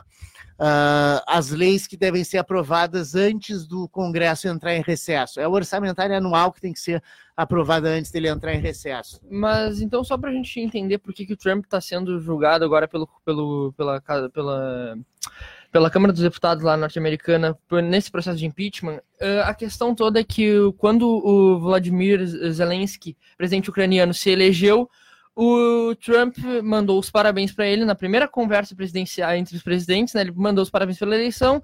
Speaker 1: uh, as leis que devem ser aprovadas antes do Congresso entrar em recesso. É o Orçamentário Anual que tem que ser aprovada antes dele entrar em recesso.
Speaker 3: Mas então, só para a gente entender por que, que o Trump está sendo julgado agora pelo, pelo, pela, pela, pela Câmara dos Deputados lá norte-americana nesse processo de impeachment, a questão toda é que quando o Vladimir Zelensky, presidente ucraniano, se elegeu, o Trump mandou os parabéns para ele na primeira conversa presidencial entre os presidentes, né? Ele mandou os parabéns pela eleição,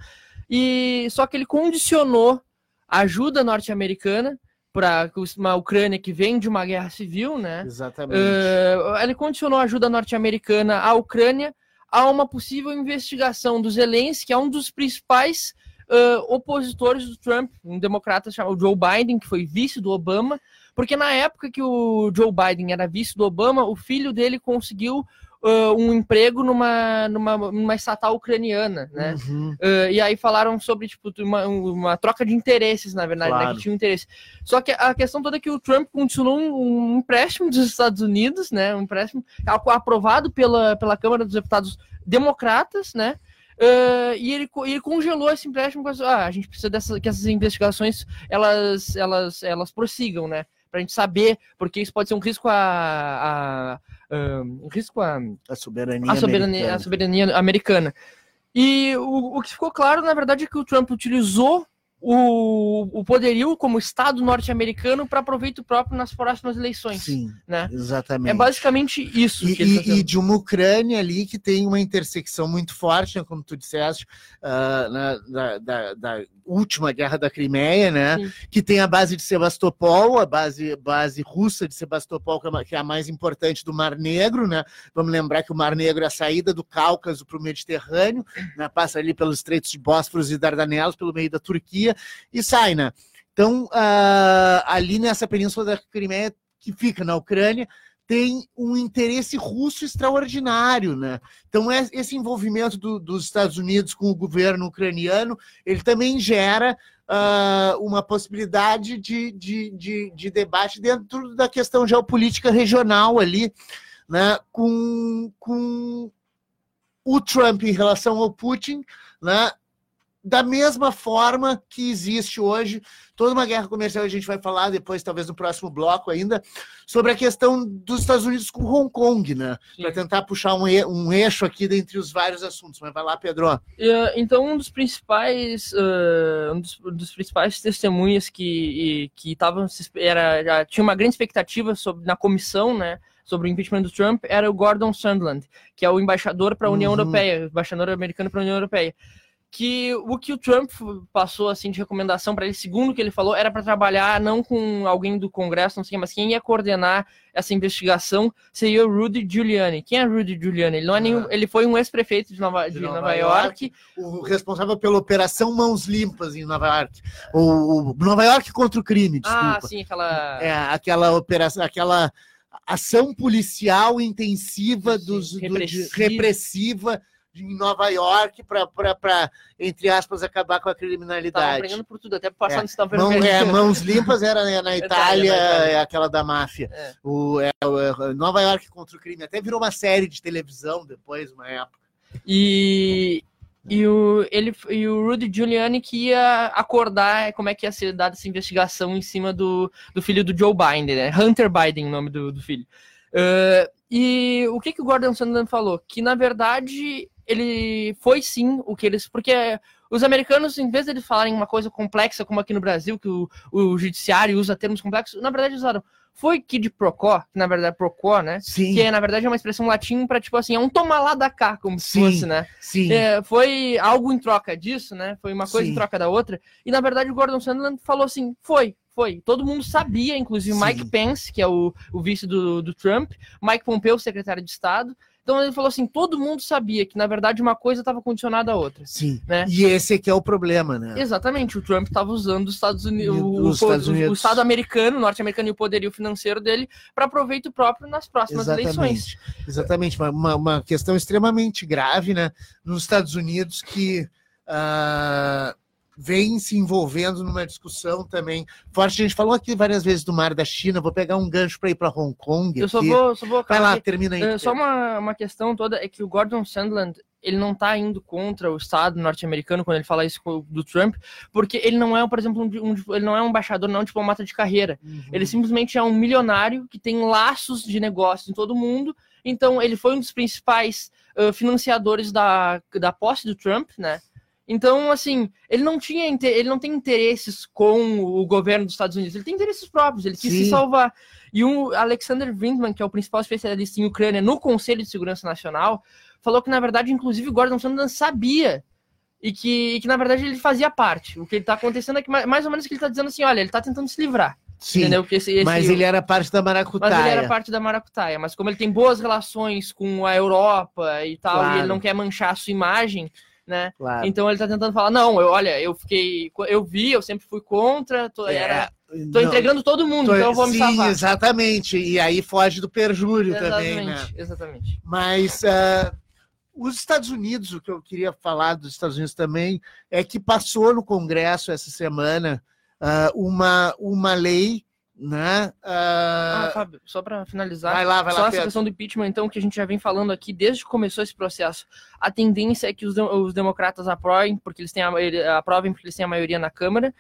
Speaker 3: e só que ele condicionou a ajuda norte-americana para uma Ucrânia que vem de uma guerra civil, né?
Speaker 1: Exatamente.
Speaker 3: Uh, ele condicionou a ajuda norte-americana à Ucrânia a uma possível investigação do Zelensky, que é um dos principais uh, opositores do Trump, um democrata chamado Joe Biden, que foi vice do Obama, porque na época que o Joe Biden era vice do Obama, o filho dele conseguiu Uh, um emprego numa, numa, numa estatal ucraniana, né?
Speaker 1: Uhum.
Speaker 3: Uh, e aí falaram sobre, tipo, uma, uma troca de interesses, na verdade,
Speaker 1: claro.
Speaker 3: né? Que tinha um interesse. Só que a questão toda é que o Trump condicionou um, um empréstimo dos Estados Unidos, né? Um empréstimo aprovado pela, pela Câmara dos Deputados democratas, né? Uh, e ele, ele congelou esse empréstimo com as, ah, a gente precisa dessa, que essas investigações elas, elas, elas prossigam, né? Pra gente saber, porque isso pode ser um risco a, a um risco a,
Speaker 1: a, soberania,
Speaker 3: a, soberania,
Speaker 1: americana.
Speaker 3: a soberania americana. E o, o que ficou claro, na verdade, é que o Trump utilizou o, o poderio como Estado norte-americano para proveito próprio nas próximas eleições.
Speaker 1: Sim,
Speaker 3: né?
Speaker 1: Exatamente.
Speaker 3: É basicamente isso.
Speaker 1: E,
Speaker 3: que ele tá
Speaker 1: e, e de uma Ucrânia ali que tem uma intersecção muito forte, né, como tu disseste, uh, na, da, da, da última guerra da Crimeia, né? Sim. Que tem a base de Sebastopol, a base, base russa de Sebastopol, que é, a, que é a mais importante do Mar Negro, né? Vamos lembrar que o Mar Negro é a saída do Cáucaso para o Mediterrâneo, né? Passa ali pelos Estreitos de Bósforos e Dardanelos, pelo meio da Turquia, e sai, né? Então, uh, ali nessa península da Crimeia, que fica na Ucrânia, tem um interesse russo extraordinário, né? Então, esse envolvimento do, dos Estados Unidos com o governo ucraniano, ele também gera uh, uma possibilidade de, de, de, de debate dentro da questão geopolítica regional ali, né? Com, com o Trump em relação ao Putin, né? Da mesma forma que existe hoje toda uma guerra comercial, a gente vai falar depois, talvez no próximo bloco ainda, sobre a questão dos Estados Unidos com Hong Kong, né? Para tentar puxar um, um eixo aqui dentre os vários assuntos. Mas vai lá, Pedro.
Speaker 3: Então, um dos principais, uh, um dos, dos principais testemunhas que que estavam era já tinha uma grande expectativa sobre na comissão, né? Sobre o impeachment do Trump, era o Gordon Sondland, que é o embaixador para a União uhum. Europeia, embaixador americano para a União Europeia. Que o que o Trump passou assim de recomendação para ele, segundo o que ele falou, era para trabalhar não com alguém do Congresso, não sei, mas quem ia coordenar essa investigação seria o Rudy Giuliani. Quem é Rudy Giuliani? Ele não é nenhum, ele foi um ex-prefeito de Nova, de de Nova, Nova York, York,
Speaker 1: o responsável pela Operação Mãos Limpas em Nova York, o, o Nova York contra o crime, desculpa.
Speaker 3: Ah, sim, aquela
Speaker 1: é aquela operação, aquela ação policial intensiva sim, dos repressiva. Do, de, repressiva em Nova York para, entre aspas, acabar com a criminalidade.
Speaker 3: Estavam brigando por tudo, até passando
Speaker 1: é.
Speaker 3: estava
Speaker 1: Mão, é, Mãos Limpas era né, na Itália, é aquela da máfia.
Speaker 3: É.
Speaker 1: O, é, o, Nova York contra o crime. Até virou uma série de televisão depois, uma época.
Speaker 3: E, e, o, ele, e o Rudy Giuliani que ia acordar como é que ia ser dada essa investigação em cima do, do filho do Joe Biden, né? Hunter Biden, o nome do, do filho. Uh, e o que, que o Gordon Sondland falou? Que, na verdade, ele foi sim o que eles... Porque os americanos, em vez de eles falarem uma coisa complexa, como aqui no Brasil, que o, o judiciário usa termos complexos, na verdade usaram... Foi quid pro quo, que na verdade é pro quo, né?
Speaker 1: Sim.
Speaker 3: Que na verdade é uma expressão latim para tipo assim, é um toma lá da cá, como se
Speaker 1: sim,
Speaker 3: fosse, né?
Speaker 1: Sim.
Speaker 3: É, foi algo em troca disso, né? Foi uma coisa
Speaker 1: sim.
Speaker 3: em troca da outra. E na verdade o Gordon Sondland falou assim, foi, foi. Todo mundo sabia, inclusive
Speaker 1: sim.
Speaker 3: Mike Pence, que é o, o vice do, do Trump, Mike Pompeo, secretário de Estado. Então ele falou assim, todo mundo sabia que, na verdade, uma coisa estava condicionada à outra.
Speaker 1: Sim,
Speaker 3: né?
Speaker 1: E esse aqui é o problema, né?
Speaker 3: Exatamente, o Trump estava usando os Estados Unidos, o,
Speaker 1: os Estados
Speaker 3: o,
Speaker 1: Unidos.
Speaker 3: o Estado americano, o norte-americano e o poderio financeiro dele para proveito próprio nas próximas
Speaker 1: Exatamente.
Speaker 3: eleições.
Speaker 1: Exatamente, uma, uma questão extremamente grave, né? Nos Estados Unidos que... Uh... vem se envolvendo numa discussão também forte. A gente falou aqui várias vezes do Mar da China, vou pegar um gancho para ir para Hong Kong.
Speaker 3: Eu só vou, só vou
Speaker 1: Vai lá,
Speaker 3: aqui.
Speaker 1: termina aí.
Speaker 3: Uh, só uma, uma questão toda, é que o Gordon Sondland, ele não está indo contra o Estado norte-americano quando ele fala isso do Trump, porque ele não é, por exemplo, um, um, ele não é um embaixador, não é um diplomata de carreira. Uhum. Ele simplesmente é um milionário que tem laços de negócios em todo mundo. Então, ele foi um dos principais uh, financiadores da, da posse do Trump, né? Então, assim, ele não tinha ele não tem interesses com o governo dos Estados Unidos, ele tem interesses próprios, ele quis
Speaker 1: Sim.
Speaker 3: se salvar. E o Alexander Vindman, que é o principal especialista em Ucrânia no Conselho de Segurança Nacional, falou que, na verdade, inclusive, o Gordon Sondland sabia e que, e que, na verdade, ele fazia parte. O que ele está acontecendo é que, mais ou menos, que ele está dizendo assim, olha, ele está tentando se livrar.
Speaker 1: Sim,
Speaker 3: entendeu? Porque esse, esse,
Speaker 1: mas ele era parte da maracutaia.
Speaker 3: Mas ele era parte da maracutaia. Mas como ele tem boas relações com a Europa e tal, claro. E ele não quer manchar a sua imagem... Né?
Speaker 1: Claro.
Speaker 3: Então ele tá tentando falar, não, eu, olha, eu fiquei, eu vi, eu sempre fui contra, tô, é, era, tô não, entregando todo mundo, tô, então eu vou
Speaker 1: sim,
Speaker 3: me salvar.
Speaker 1: Exatamente, e aí foge do perjúrio
Speaker 3: exatamente,
Speaker 1: também, né?
Speaker 3: Exatamente.
Speaker 1: Mas uh, os Estados Unidos, o que eu queria falar dos Estados Unidos também, é que passou no Congresso essa semana uh, uma, uma lei, né? Uh...
Speaker 3: Ah, Fábio, só para finalizar,
Speaker 1: vai lá, vai
Speaker 3: só
Speaker 1: lá,
Speaker 3: essa
Speaker 1: Pedro.
Speaker 3: questão do impeachment, então, que a gente já vem falando aqui desde que começou esse processo. A tendência é que os, de os democratas aprovem, porque eles têm a, aprovem porque eles têm a maioria na Câmara,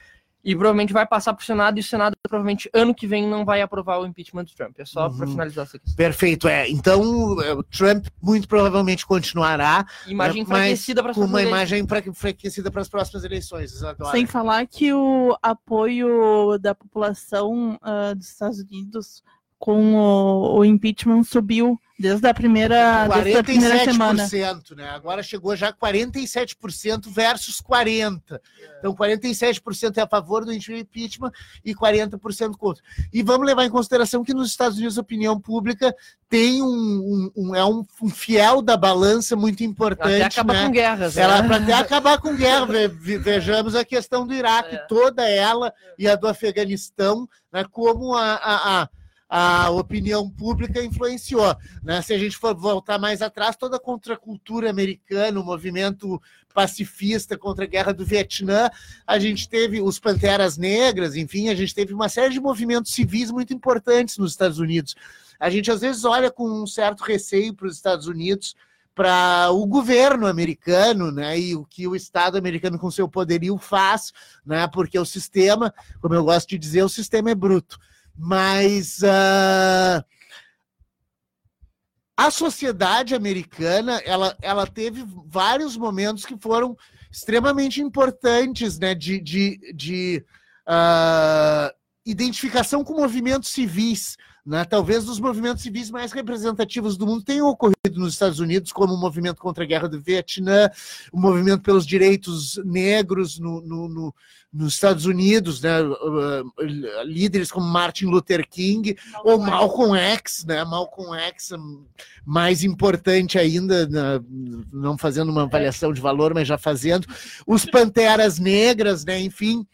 Speaker 3: E provavelmente vai passar para o Senado, e o Senado provavelmente ano que vem não vai aprovar o impeachment do Trump. É só
Speaker 1: Uhum.
Speaker 3: para finalizar essa questão.
Speaker 1: Perfeito, é. Então, o Trump muito provavelmente continuará.
Speaker 3: Imagem
Speaker 1: né, mas
Speaker 3: enfraquecida para as
Speaker 1: com uma
Speaker 3: próximas
Speaker 1: imagem enfra- enfraquecida para as próximas eleições. Isadora.
Speaker 2: Sem falar que o apoio da população uh, dos Estados Unidos com o, o impeachment subiu desde a primeira, desde a primeira semana.
Speaker 1: quarenta e sete por cento, né? Agora chegou já a quarenta e sete por cento versus quarenta por cento. Então, quarenta e sete por cento é a favor do impeachment e quarenta por cento contra. E vamos levar em consideração que nos Estados Unidos a opinião pública tem um, um, um é um, um fiel da balança muito importante.
Speaker 3: Até acabar
Speaker 1: né?
Speaker 3: com guerras.
Speaker 1: Ela
Speaker 3: né?
Speaker 1: para até acabar com guerra. Ve- Vejamos a questão do Iraque,
Speaker 3: É.
Speaker 1: toda ela, e a do Afeganistão, né? Como a, a, a a opinião pública influenciou, né? Se a gente for voltar mais atrás, toda a contracultura americana, o movimento pacifista contra a guerra do Vietnã, a gente teve os Panteras Negras, enfim, a gente teve uma série de movimentos civis muito importantes nos Estados Unidos. A gente às vezes olha com um certo receio para os Estados Unidos, para o governo americano, né, e o que o Estado americano com seu poderio faz, né, porque o sistema, como eu gosto de dizer, o sistema é bruto. Mas uh, a sociedade americana, ela, ela teve vários momentos que foram extremamente importantes, né, de, de, de uh, identificação com movimentos civis, né? Talvez dos movimentos civis mais representativos do mundo tenham ocorrido nos Estados Unidos, como o movimento contra a guerra do Vietnã, o movimento pelos direitos negros no, no, no, nos Estados Unidos, né? Líderes como Martin Luther King ou Malcolm X, né? Malcolm X, mais importante ainda, não fazendo uma avaliação de valor, mas já fazendo, os Panteras Negras, né? Enfim,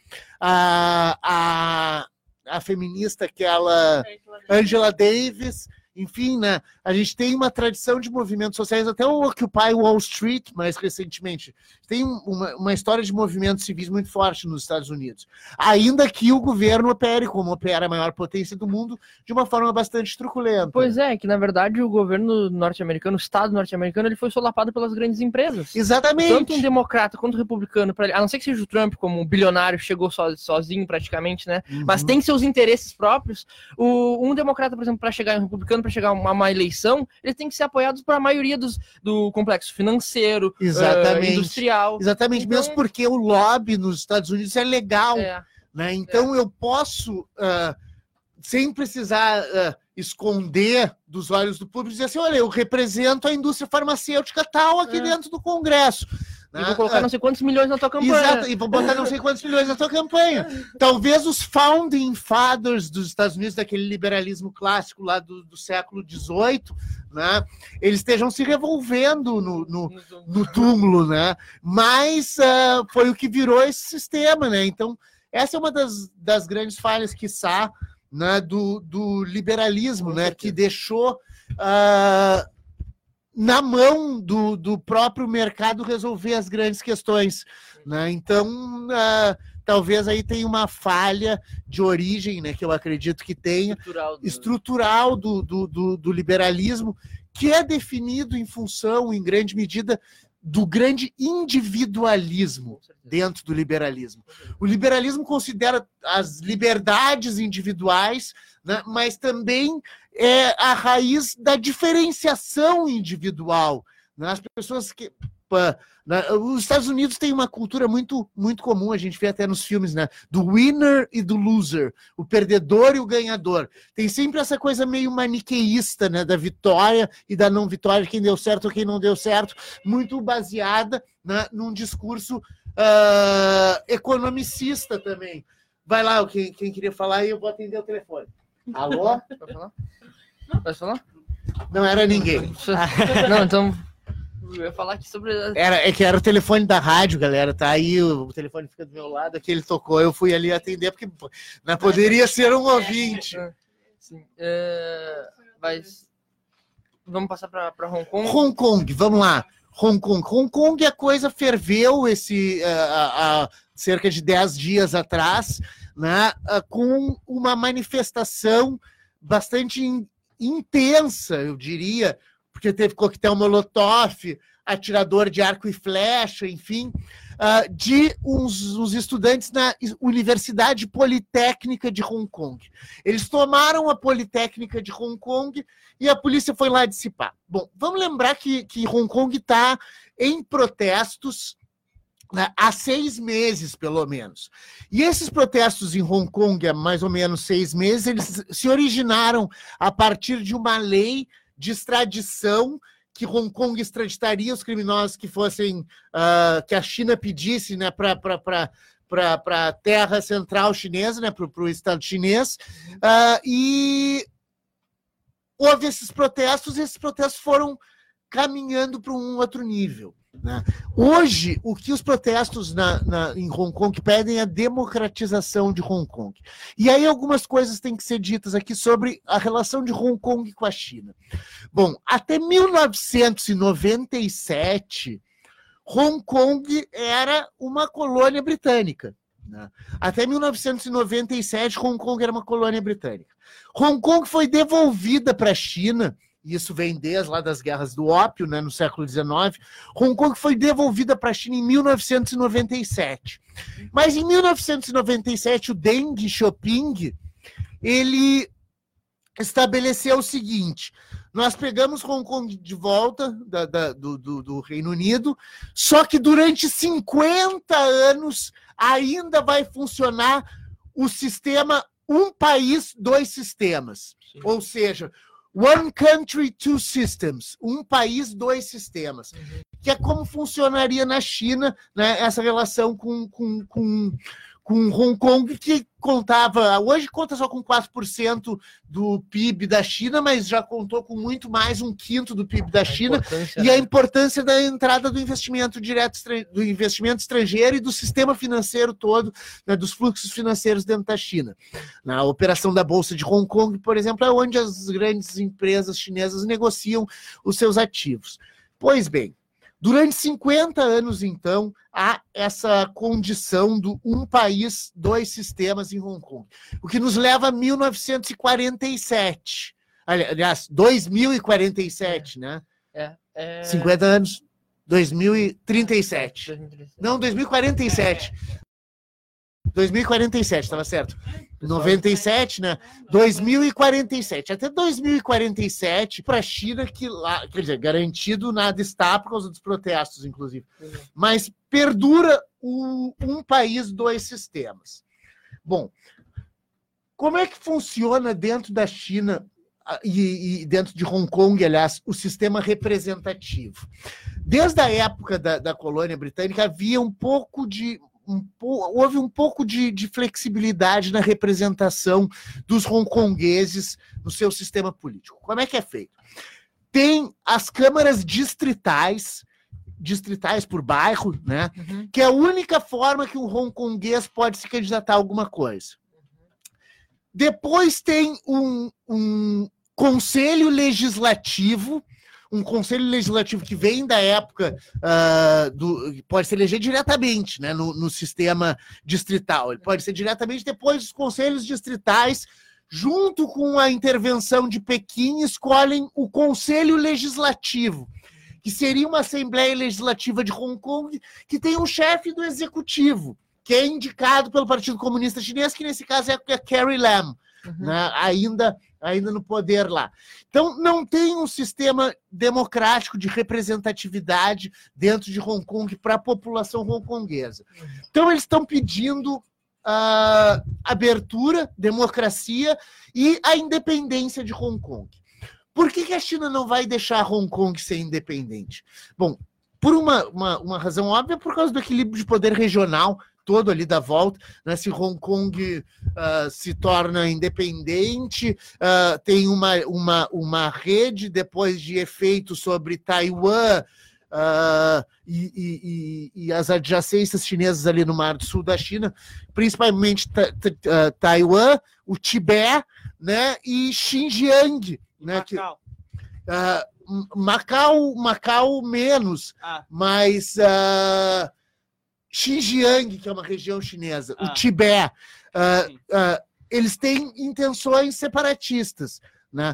Speaker 1: a, a a feminista, aquela Angela Davis, enfim, né? A gente tem uma tradição de movimentos sociais, até o Occupy Wall Street, mais recentemente. Tem uma, uma história de movimentos civis muito forte nos Estados Unidos. Ainda que o governo opere, como opera a maior potência do mundo, de uma forma bastante truculenta.
Speaker 3: Pois é, que na verdade o governo norte-americano, o Estado norte-americano, ele foi solapado pelas grandes empresas.
Speaker 1: Exatamente.
Speaker 3: Tanto um democrata quanto um republicano, pra, a não ser que seja o Trump, como um bilionário, chegou so, sozinho praticamente, né?
Speaker 1: Uhum.
Speaker 3: Mas tem seus interesses próprios. O, um democrata, por exemplo, para chegar em um republicano, para chegar a uma, uma eleição, eles têm que ser apoiados por a maioria dos, do complexo financeiro,
Speaker 1: Exatamente.
Speaker 3: Uh, industrial.
Speaker 1: Exatamente, então, mesmo porque o lobby nos Estados Unidos é legal,
Speaker 3: é,
Speaker 1: né? Então é. eu posso, uh, sem precisar uh, esconder dos olhos do público, dizer assim, olha, eu represento a indústria farmacêutica tal aqui é. dentro do Congresso.
Speaker 3: E vou colocar não sei quantos milhões na tua campanha.
Speaker 1: Exato, e vou botar não sei quantos milhões na tua campanha. Talvez os founding fathers dos Estados Unidos, daquele liberalismo clássico lá do, do século dezoito, né, eles estejam se revolvendo no, no, no túmulo, né? Mas uh, foi o que virou esse sistema, né? Então, essa é uma das, das grandes falhas, quiçá, né, do, do liberalismo, né? Que deixou... Uh, na mão do, do próprio mercado resolver as grandes questões, né? Então, uh, talvez aí tenha uma falha de origem, né, que eu acredito que tenha, estrutural do, estrutural do, do, do, do liberalismo, que é definido em função, em grande medida, do grande individualismo dentro do liberalismo. O liberalismo considera as liberdades individuais, né, mas também é a raiz da diferenciação individual. Né? As pessoas que... Né? Os Estados Unidos têm uma cultura muito, muito comum, a gente vê até nos filmes, né? Do winner e do loser, o perdedor e o ganhador. Tem sempre essa coisa meio maniqueísta, né? Da vitória e da não vitória, quem deu certo ou quem não deu certo, muito baseada, né, num discurso uh, economicista também. Vai lá, quem, quem queria falar, e eu vou atender o telefone. Alô?
Speaker 3: Pode falar? Pode falar?
Speaker 1: Não era ninguém.
Speaker 3: Não, então... Eu ia falar aqui sobre...
Speaker 1: Era, é que era o telefone da rádio, galera, tá aí, o, o telefone fica do meu lado, aqui ele tocou, eu fui ali atender, porque não poderia ser um ouvinte.
Speaker 3: Sim. É, mas vamos passar para Hong Kong?
Speaker 1: Hong Kong, vamos lá. Hong Kong. Hong Kong, a coisa ferveu esse, uh, uh, cerca de dez dias atrás, né, uh, com uma manifestação bastante in, intensa, eu diria, porque teve coquetel molotov, atirador de arco e flecha, enfim, uh, de uns, uns estudantes na Universidade Politécnica de Hong Kong. Eles tomaram a Politécnica de Hong Kong e a polícia foi lá dissipar. Bom, vamos lembrar que, que Hong Kong está em protestos, né, há seis meses, pelo menos. E esses protestos em Hong Kong, há mais ou menos seis meses, eles se originaram a partir de uma lei de extradição que Hong Kong extraditaria os criminosos que fossem, uh, que a China pedisse, né, para para a terra central chinesa, né, para o Estado chinês, uh, e houve esses protestos, e esses protestos foram caminhando para um outro nível, né? Hoje, o que os protestos na, na, em Hong Kong pedem é a democratização de Hong Kong. E aí algumas coisas têm que ser ditas aqui sobre a relação de Hong Kong com a China. Bom, até mil novecentos e noventa e sete, Hong Kong era uma colônia britânica, né? Até mil novecentos e noventa e sete, Hong Kong era uma colônia britânica. Hong Kong foi devolvida para a China. Isso vem desde lá das guerras do ópio, né, no século dezenove. Hong Kong foi devolvida para a China em mil novecentos e noventa e sete. Mas em mil novecentos e noventa e sete, o Deng Xiaoping, ele estabeleceu o seguinte: nós pegamos Hong Kong de volta da, da, do, do, do Reino Unido, só que durante cinquenta anos ainda vai funcionar o sistema um país, dois sistemas. Sim. Ou seja, One country, two systems. Um país, dois sistemas. Uhum. Que é como funcionaria na China, né, essa relação com, com, com, com Hong Kong, que contava, hoje conta só com quatro por cento do P I B da China, mas já contou com muito mais, um quinto do P I B da China, e a importância da entrada do investimento direto, do investimento estrangeiro e do sistema financeiro todo, né, dos fluxos financeiros dentro da China. Na operação da Bolsa de Hong Kong, por exemplo, é onde as grandes empresas chinesas negociam os seus ativos. Pois bem, durante cinquenta anos, então, há essa condição do um país, dois sistemas em Hong Kong. O que nos leva a mil novecentos e quarenta e sete. Aliás, dois mil e quarenta e sete, é, né? É, é... cinquenta anos, dois mil e trinta e sete. Não, dois mil e quarenta e sete. dois mil e quarenta e sete, estava certo. noventa e sete, né? dois mil e quarenta e sete. Até dois mil e quarenta e sete, para a China, que lá, quer dizer, garantido nada está por causa dos protestos, inclusive. Mas perdura o um país, dois sistemas. Bom, como é que funciona dentro da China e, e dentro de Hong Kong, aliás, o sistema representativo? Desde a época da, da colônia britânica, havia um pouco de... Um, houve um pouco de, de flexibilidade na representação dos hongkongueses no seu sistema político. Como é que é feito? Tem as câmaras distritais, distritais por bairro, né? Uhum. Que é a única forma que um hongkonguês pode se candidatar a alguma coisa. Depois tem um, um conselho legislativo, um conselho legislativo que vem da época, uh, do, pode se eleger diretamente, né, no, no sistema distrital. Ele pode ser diretamente depois dos conselhos distritais, junto com a intervenção de Pequim, escolhem o conselho legislativo, que seria uma Assembleia Legislativa de Hong Kong, que tem um chefe do executivo, que é indicado pelo Partido Comunista Chinês, que nesse caso é a Carrie Lam, uhum. né, ainda... ainda no poder lá. Então, não tem um sistema democrático de representatividade dentro de Hong Kong para a população hongkonguesa. Então, eles estão pedindo uh, abertura, democracia e a independência de Hong Kong. Por que, que a China não vai deixar Hong Kong ser independente? Bom, por uma, uma, uma razão óbvia, por causa do equilíbrio de poder regional todo ali da volta, né? Se Hong Kong uh, se torna independente, uh, tem uma, uma, uma rede depois de efeito sobre Taiwan uh, e, e, e as adjacências chinesas ali no Mar do Sul da China, principalmente ta, ta, uh, Taiwan, o Tibete, né? E Xinjiang, né?
Speaker 4: Macau.
Speaker 1: Que, uh, Macau, Macau menos, ah. mas... Uh, Xinjiang, que é uma região chinesa, ah. o Tibete, uh, uh, eles têm intenções separatistas, né?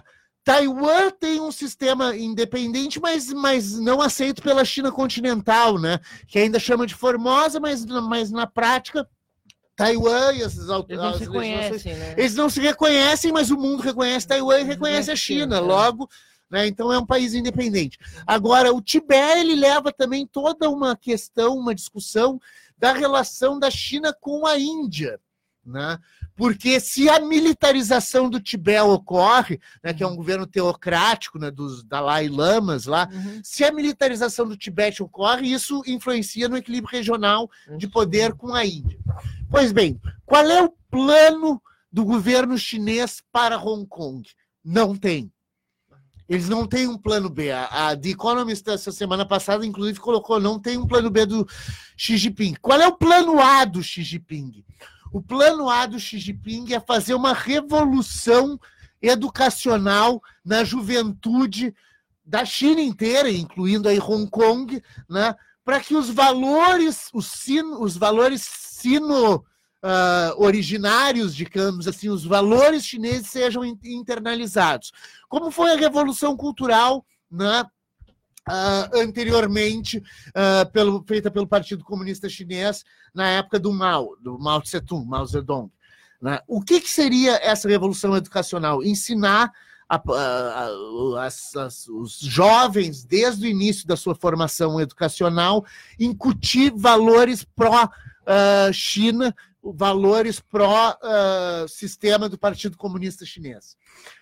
Speaker 1: Taiwan tem um sistema independente, mas, mas não aceito pela China continental, né? Que ainda chama de Formosa, mas, mas na prática, Taiwan e essas
Speaker 3: Eles não se conhecem, né?
Speaker 1: Eles não se reconhecem, mas o mundo reconhece Taiwan e reconhece a China. Logo, né? Então é um país independente. Agora, o Tibete, ele leva também toda uma questão, uma discussão da relação da China com a Índia, né? Porque se a militarização do Tibete ocorre, né, que é um governo teocrático, né, dos Dalai Lamas lá, uhum. se a militarização do Tibete ocorre, isso influencia no equilíbrio regional de poder com a Índia. Pois bem, qual é o plano do governo chinês para Hong Kong? Não tem. Eles não têm um plano B. A, a The Economist, essa semana passada, inclusive, colocou, não tem um plano B do Xi Jinping. Qual é o plano A do Xi Jinping? O plano A do Xi Jinping é fazer uma revolução educacional na juventude da China inteira, incluindo aí Hong Kong, né, para que os valores, os, sino, os valores sino uh, originários, digamos assim, os valores chineses sejam internalizados. Como foi a Revolução Cultural, né, Uh, anteriormente uh, pelo, feita pelo Partido Comunista Chinês na época do Mao, do Mao Tse-tung, Mao Zedong. Né? O que, que seria essa revolução educacional? Ensinar a, a, a, as, as, os jovens, desde o início da sua formação educacional, incutir valores pró-China, uh, valores pró-sistema uh, do Partido Comunista Chinês.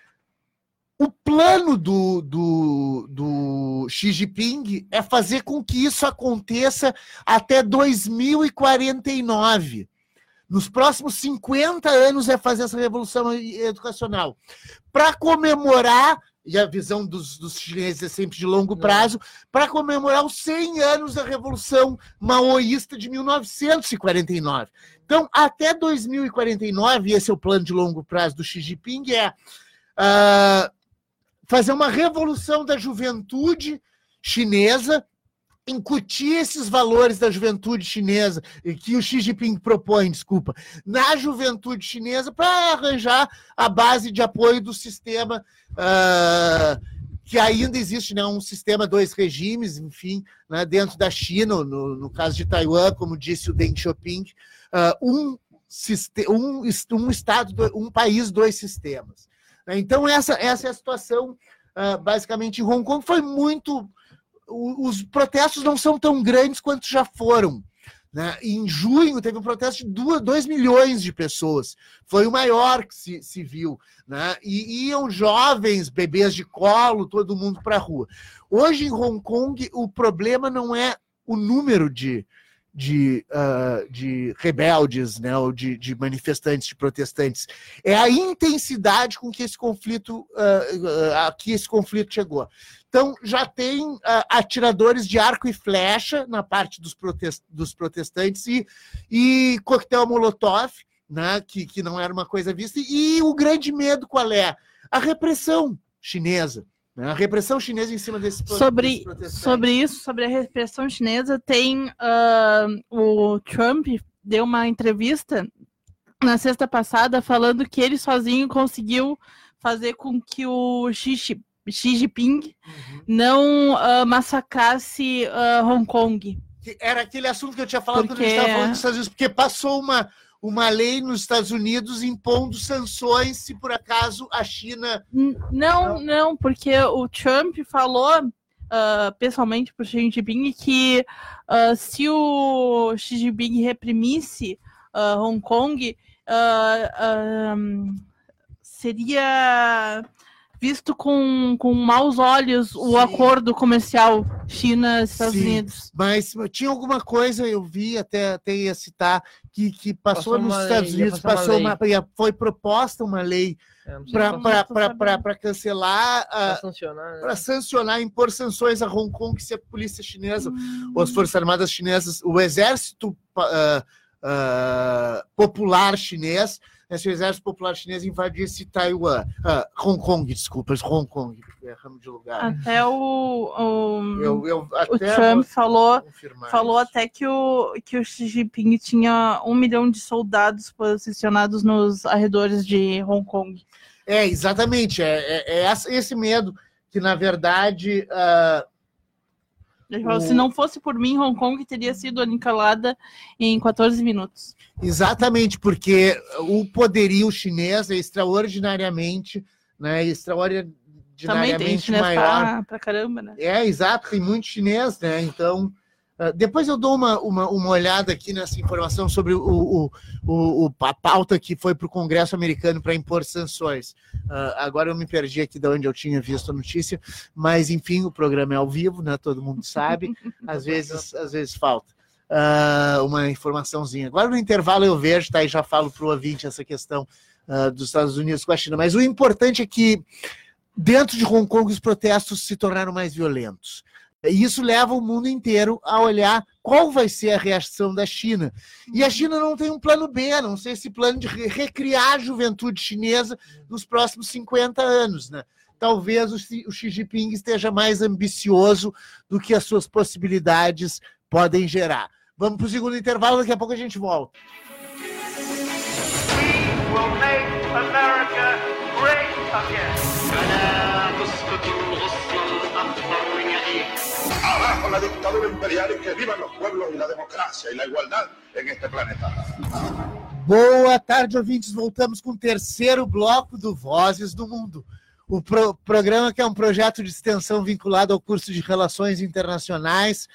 Speaker 1: O plano do, do, do Xi Jinping é fazer com que isso aconteça até dois mil e quarenta e nove. Nos próximos cinquenta anos é fazer essa revolução educacional. Para comemorar, e a visão dos, dos chineses é sempre de longo prazo, para comemorar os cem anos da Revolução Maoísta de mil novecentos e quarenta e nove. Então, até dois mil e quarenta e nove, esse é o plano de longo prazo do Xi Jinping, é... Uh, fazer uma revolução da juventude chinesa, incutir esses valores da juventude chinesa, que o Xi Jinping propõe, desculpa, na juventude chinesa, para arranjar a base de apoio do sistema, uh, que ainda existe, né, um sistema dois regimes, enfim, né, dentro da China, no, no caso de Taiwan, como disse o Deng Xiaoping, uh, um, um, um estado, um país, dois sistemas. Então, essa, essa é a situação, uh, basicamente, em Hong Kong. Foi muito... O, os protestos não são tão grandes quanto já foram. Né? Em junho, teve um protesto de dois milhões de pessoas. Foi o maior que se, se viu. Né? E iam jovens, bebês de colo, todo mundo para a rua. Hoje, em Hong Kong, o problema não é o número de... De, uh, de rebeldes, né, ou de, de manifestantes, de protestantes. É a intensidade com que esse conflito, uh, uh, que esse conflito chegou. Então, já tem uh, atiradores de arco e flecha na parte dos, protest, dos protestantes e, e coquetel molotov, né, que, que não era uma coisa vista. E o grande medo qual é? A repressão chinesa. A repressão chinesa em cima desse
Speaker 2: sobre sobre isso, sobre a repressão chinesa, tem uh, o Trump deu uma entrevista na sexta passada falando que ele sozinho conseguiu fazer com que o Xi, Xi Jinping uhum. não uh, massacrasse uh, Hong Kong.
Speaker 1: Era aquele assunto que eu tinha falado
Speaker 2: porque...
Speaker 1: quando a gente estava falando dos Estados Unidos, porque passou uma uma lei nos Estados Unidos impondo sanções se por acaso a China...
Speaker 2: Não, não, porque o Trump falou uh, pessoalmente para o Xi Jinping que uh, se o Xi Jinping reprimisse uh, Hong Kong, uh, um, seria visto com, com maus olhos o Sim. acordo comercial China-Estados Unidos.
Speaker 1: Mas tinha alguma coisa, eu vi, até, até ia citar, que, que passou, passou nos Estados lei, Unidos, passou uma uma, foi proposta uma lei é, para cancelar, para
Speaker 3: sancionar,
Speaker 1: né? sancionar, impor sanções a Hong Kong, se a polícia chinesa, hum. ou as Forças Armadas chinesas, o exército uh, uh, popular chinês, se o exército popular chinês invadisse Taiwan, uh, Hong Kong, desculpa, Hong Kong, erramos de lugar.
Speaker 2: Até o, o,
Speaker 1: eu, eu, até
Speaker 2: o Trump falou, falou até que o, que o Xi Jinping tinha um milhão de soldados posicionados nos arredores de Hong Kong.
Speaker 1: É, exatamente. É, é, é esse medo que, na verdade... Uh,
Speaker 2: o... Se não fosse por mim, Hong Kong teria sido aniquilada em quatorze minutos.
Speaker 1: Exatamente, porque o poderio chinês é extraordinariamente, né, extraordinariamente
Speaker 2: Também tem chinês
Speaker 1: maior.
Speaker 2: Pra, pra caramba, né?
Speaker 1: É, exato, tem muito chinês, né? Então... Uh, depois eu dou uma, uma, uma olhada aqui nessa informação sobre o, o, o, o, a pauta que foi para o Congresso americano para impor sanções. Uh, agora eu me perdi aqui de onde eu tinha visto a notícia, mas enfim, o programa é ao vivo, né? Todo mundo sabe, às vezes, às vezes falta uh, uma informaçãozinha. Agora no intervalo eu vejo, tá? E já falo para o ouvinte essa questão uh, dos Estados Unidos com a China, mas o importante é que dentro de Hong Kong os protestos se tornaram mais violentos. E isso leva o mundo inteiro a olhar qual vai ser a reação da China. E a China não tem um plano B, não sei esse plano de recriar a juventude chinesa nos próximos cinquenta anos, né? Talvez o Xi Jinping esteja mais ambicioso do que as suas possibilidades podem gerar. Vamos para o segundo intervalo, daqui a pouco a gente volta.
Speaker 6: We will make America great again.
Speaker 5: Abajo la dictadura imperial y que vivan los pueblos y la democracia y la igualdad en este planeta.
Speaker 1: Boa tarde, ouvintes. Voltamos com o terceiro bloco do Vozes do Mundo. O pro programa que é um projeto de extensão vinculado ao curso de Relações Internacionais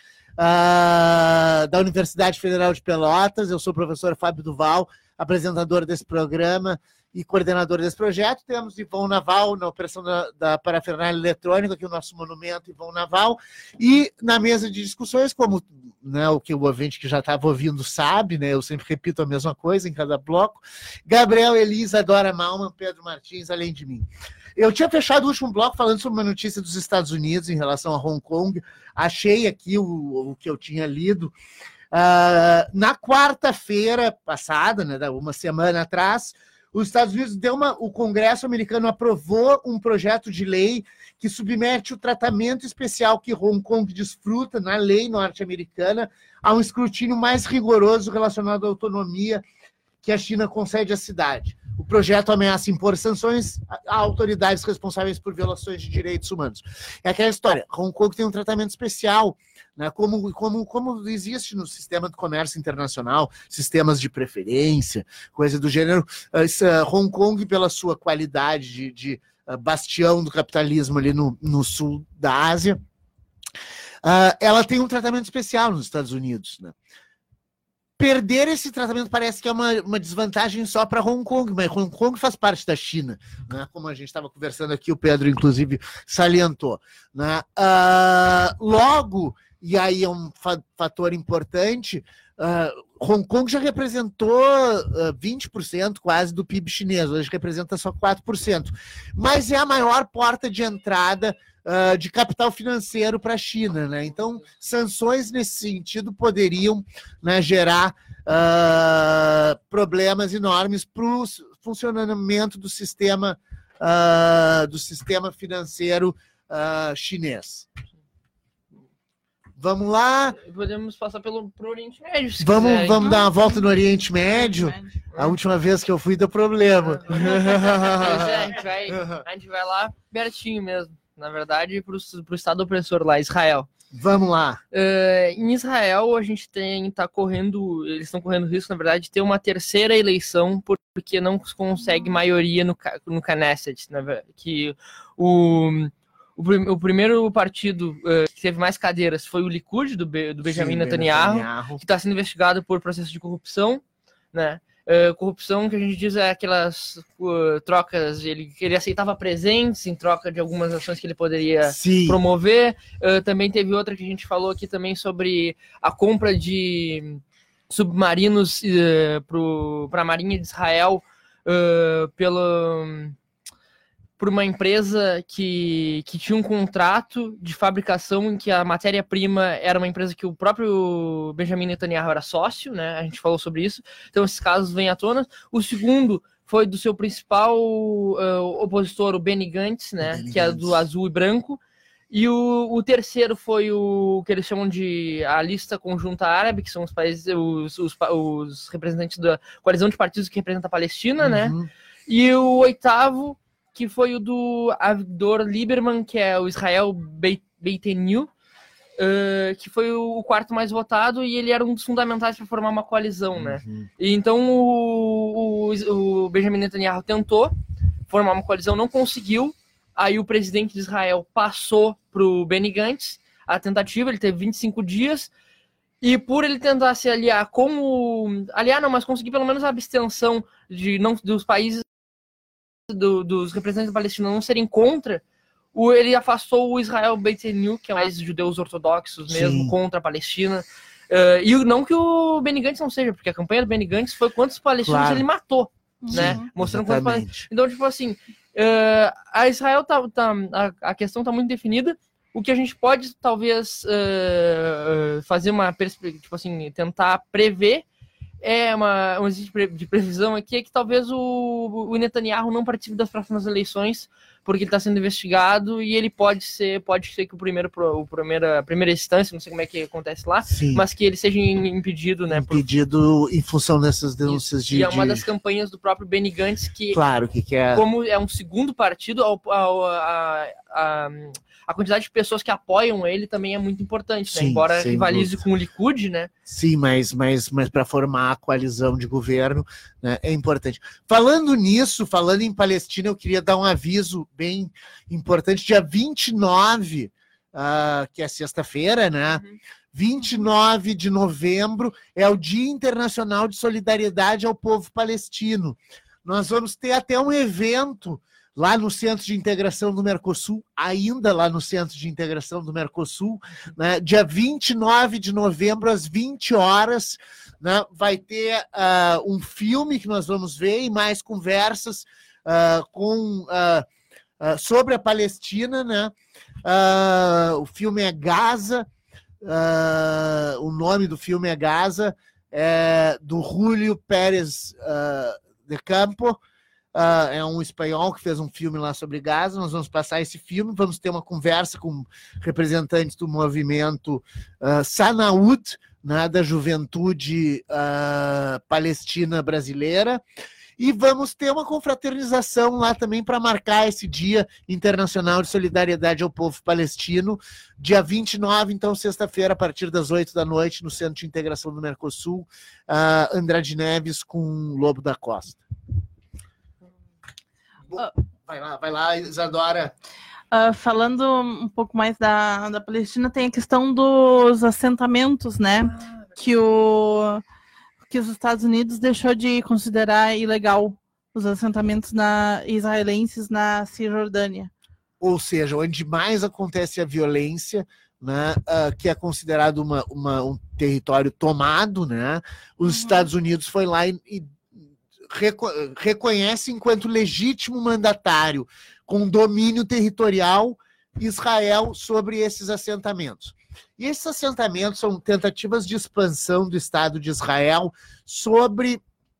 Speaker 1: uh, da Universidade Federal de Pelotas. Eu sou o professor Fábio Duval, apresentador desse programa e coordenador desse projeto. Temos Ivon Naval na operação da, da parafernália eletrônica, aqui o nosso monumento, Ivon Naval, e na mesa de discussões, como, né, o que o ouvinte que já estava ouvindo sabe, né, eu sempre repito a mesma coisa em cada bloco, Gabriel, Elisa, Dora Malman, Pedro Martins, além de mim. Eu tinha fechado o último bloco falando sobre uma notícia dos Estados Unidos em relação a Hong Kong, achei aqui o, o que eu tinha lido. Uh, na quarta-feira passada, né, uma semana atrás, os Estados Unidos deu uma, o Congresso americano aprovou um projeto de lei que submete o tratamento especial que Hong Kong desfruta na lei norte-americana a um escrutínio mais rigoroso relacionado à autonomia que a China concede à cidade. O projeto ameaça impor sanções a autoridades responsáveis por violações de direitos humanos. É aquela história, Hong Kong tem um tratamento especial, né, como, como, como existe no sistema do comércio internacional, sistemas de preferência, coisa do gênero. Uh, Hong Kong, pela sua qualidade de, de uh, bastião do capitalismo ali no, no sul da Ásia, uh, ela tem um tratamento especial nos Estados Unidos, né? Perder esse tratamento parece que é uma, uma desvantagem só para Hong Kong, mas Hong Kong faz parte da China, né? Como a gente estava conversando aqui, o Pedro, inclusive, salientou, né? Uh, logo, e aí é um fator importante, uh, Hong Kong já representou uh, vinte por cento quase do P I B chinês, hoje representa só quatro por cento, mas é a maior porta de entrada Uh, de capital financeiro para a China, né? Então, sanções nesse sentido poderiam, né, gerar uh, problemas enormes para o funcionamento do sistema, uh, do sistema financeiro uh, chinês. Vamos lá.
Speaker 3: Podemos passar pelo pro Oriente Médio. Se
Speaker 1: vamos
Speaker 3: quiser,
Speaker 1: vamos
Speaker 3: então.
Speaker 1: dar uma volta no Oriente Médio. A última vez que eu fui deu problema.
Speaker 3: Pois é, a gente vai, a gente vai lá pertinho mesmo. Na verdade, para o Estado opressor lá, Israel.
Speaker 1: Vamos lá.
Speaker 3: Uh, em Israel, a gente tem, tá correndo, eles estão correndo risco, na verdade, de ter uma terceira eleição porque não consegue maioria no, no Knesset, né, que o, o, o primeiro partido uh, que teve mais cadeiras foi o Likud, do, do Benjamin
Speaker 1: Sim,
Speaker 3: Netanyahu,
Speaker 1: Netanyahu,
Speaker 3: que está sendo investigado por processo de corrupção, né? Uh, corrupção que a gente diz é aquelas uh, trocas, ele, ele aceitava presentes em troca de algumas ações que ele poderia
Speaker 1: Sim.
Speaker 3: promover. Uh, também teve outra que a gente falou aqui também sobre a compra de submarinos uh, para a Marinha de Israel uh, pelo, por uma empresa que, que tinha um contrato de fabricação em que a matéria-prima era uma empresa que o próprio Benjamin Netanyahu era sócio, né? A gente falou sobre isso. Então, esses casos vêm à tona. O segundo foi do seu principal uh, opositor, o Benny Gantz, né? Benny que Gantz. É do azul e branco. E o, o terceiro foi o que eles chamam de a lista conjunta árabe, que são os países, os, os, os representantes da coalizão de partidos que representa a Palestina, uhum. né? E o oitavo que foi o do Avigdor Lieberman, que é o Israel Beitenu, uh, que foi o quarto mais votado, e ele era um dos fundamentais para formar uma coalizão, uhum. né? E então o, o, o Benjamin Netanyahu tentou formar uma coalizão, não conseguiu, aí o presidente de Israel passou para o Benny Gantz a tentativa, ele teve vinte e cinco dias, e por ele tentar se aliar com o... Aliar não, mas conseguir pelo menos a abstenção de não, dos países, do, dos representantes da Palestina não serem contra, o, ele afastou o Israel Beitenu, que é mais judeus ortodoxos mesmo, Sim. contra a Palestina. Uh, e não que o Benny Gantz não seja, porque a campanha do Benny Gantz foi quantos palestinos claro. ele matou, Sim, né? Mostrando quantos palestinos. Então, tipo assim, uh, a Israel tá... tá a, a questão tá muito definida. O que a gente pode, talvez, uh, fazer uma perspectiva, tipo assim, tentar prever, é uma, um exercício de previsão aqui, é que talvez o, o Netanyahu não participe das próximas eleições, porque ele está sendo investigado e ele pode ser, pode ser que o primeiro, o primeira, a primeira instância, não sei como é que acontece lá, Sim. mas que ele seja impedido, né?
Speaker 1: Impedido por... em função dessas denúncias de...
Speaker 3: E é uma das campanhas do próprio Benny Gantz, que,
Speaker 1: claro, que, que é...
Speaker 3: como é um segundo partido, ao, ao, a, a, a quantidade de pessoas que apoiam ele também é muito importante, né? Sim, embora rivalize dúvida. com o Likud, né?
Speaker 1: Sim, mas, mas, mas para formar a coalizão de governo, né, é importante. Falando nisso, falando em Palestina, eu queria dar um aviso bem importante. Dia vinte e nove, uh, que é sexta-feira, né? Uhum. vinte e nove de novembro é o Dia Internacional de Solidariedade ao Povo Palestino. Nós vamos ter até um evento lá no Centro de Integração do Mercosul, ainda lá no Centro de Integração do Mercosul, né, dia vinte e nove de novembro, às vinte horas, né, vai ter uh, um filme que nós vamos ver e mais conversas uh, com, uh, uh, sobre a Palestina, né? Uh, o filme é Gaza, uh, o nome do filme é Gaza, é do Julio Pérez uh, de Campo. Uh, é um espanhol que fez um filme lá sobre Gaza. Nós vamos passar esse filme, vamos ter uma conversa com representantes do movimento uh, Sanaud, né, da juventude uh, palestina brasileira, e vamos ter uma confraternização lá também para marcar esse Dia Internacional de Solidariedade ao Povo Palestino, dia vinte e nove, então sexta-feira, a partir das oito da noite, no Centro de Integração do Mercosul, uh, Andrade Neves com Lobo da Costa. Vai lá, vai lá, Isadora.
Speaker 2: Uh, falando um pouco mais da, da Palestina, tem a questão dos assentamentos, né? Ah, que, o, que os Estados Unidos deixou de considerar ilegal os assentamentos na, israelenses na Cisjordânia.
Speaker 1: Ou seja, onde mais acontece a violência, né, uh, que é considerado uma, uma, um território tomado, né? Os uhum. Estados Unidos foi lá e, e reconhece enquanto legítimo mandatário com domínio territorial Israel sobre esses assentamentos. E esses assentamentos são tentativas de expansão do Estado de Israel sobre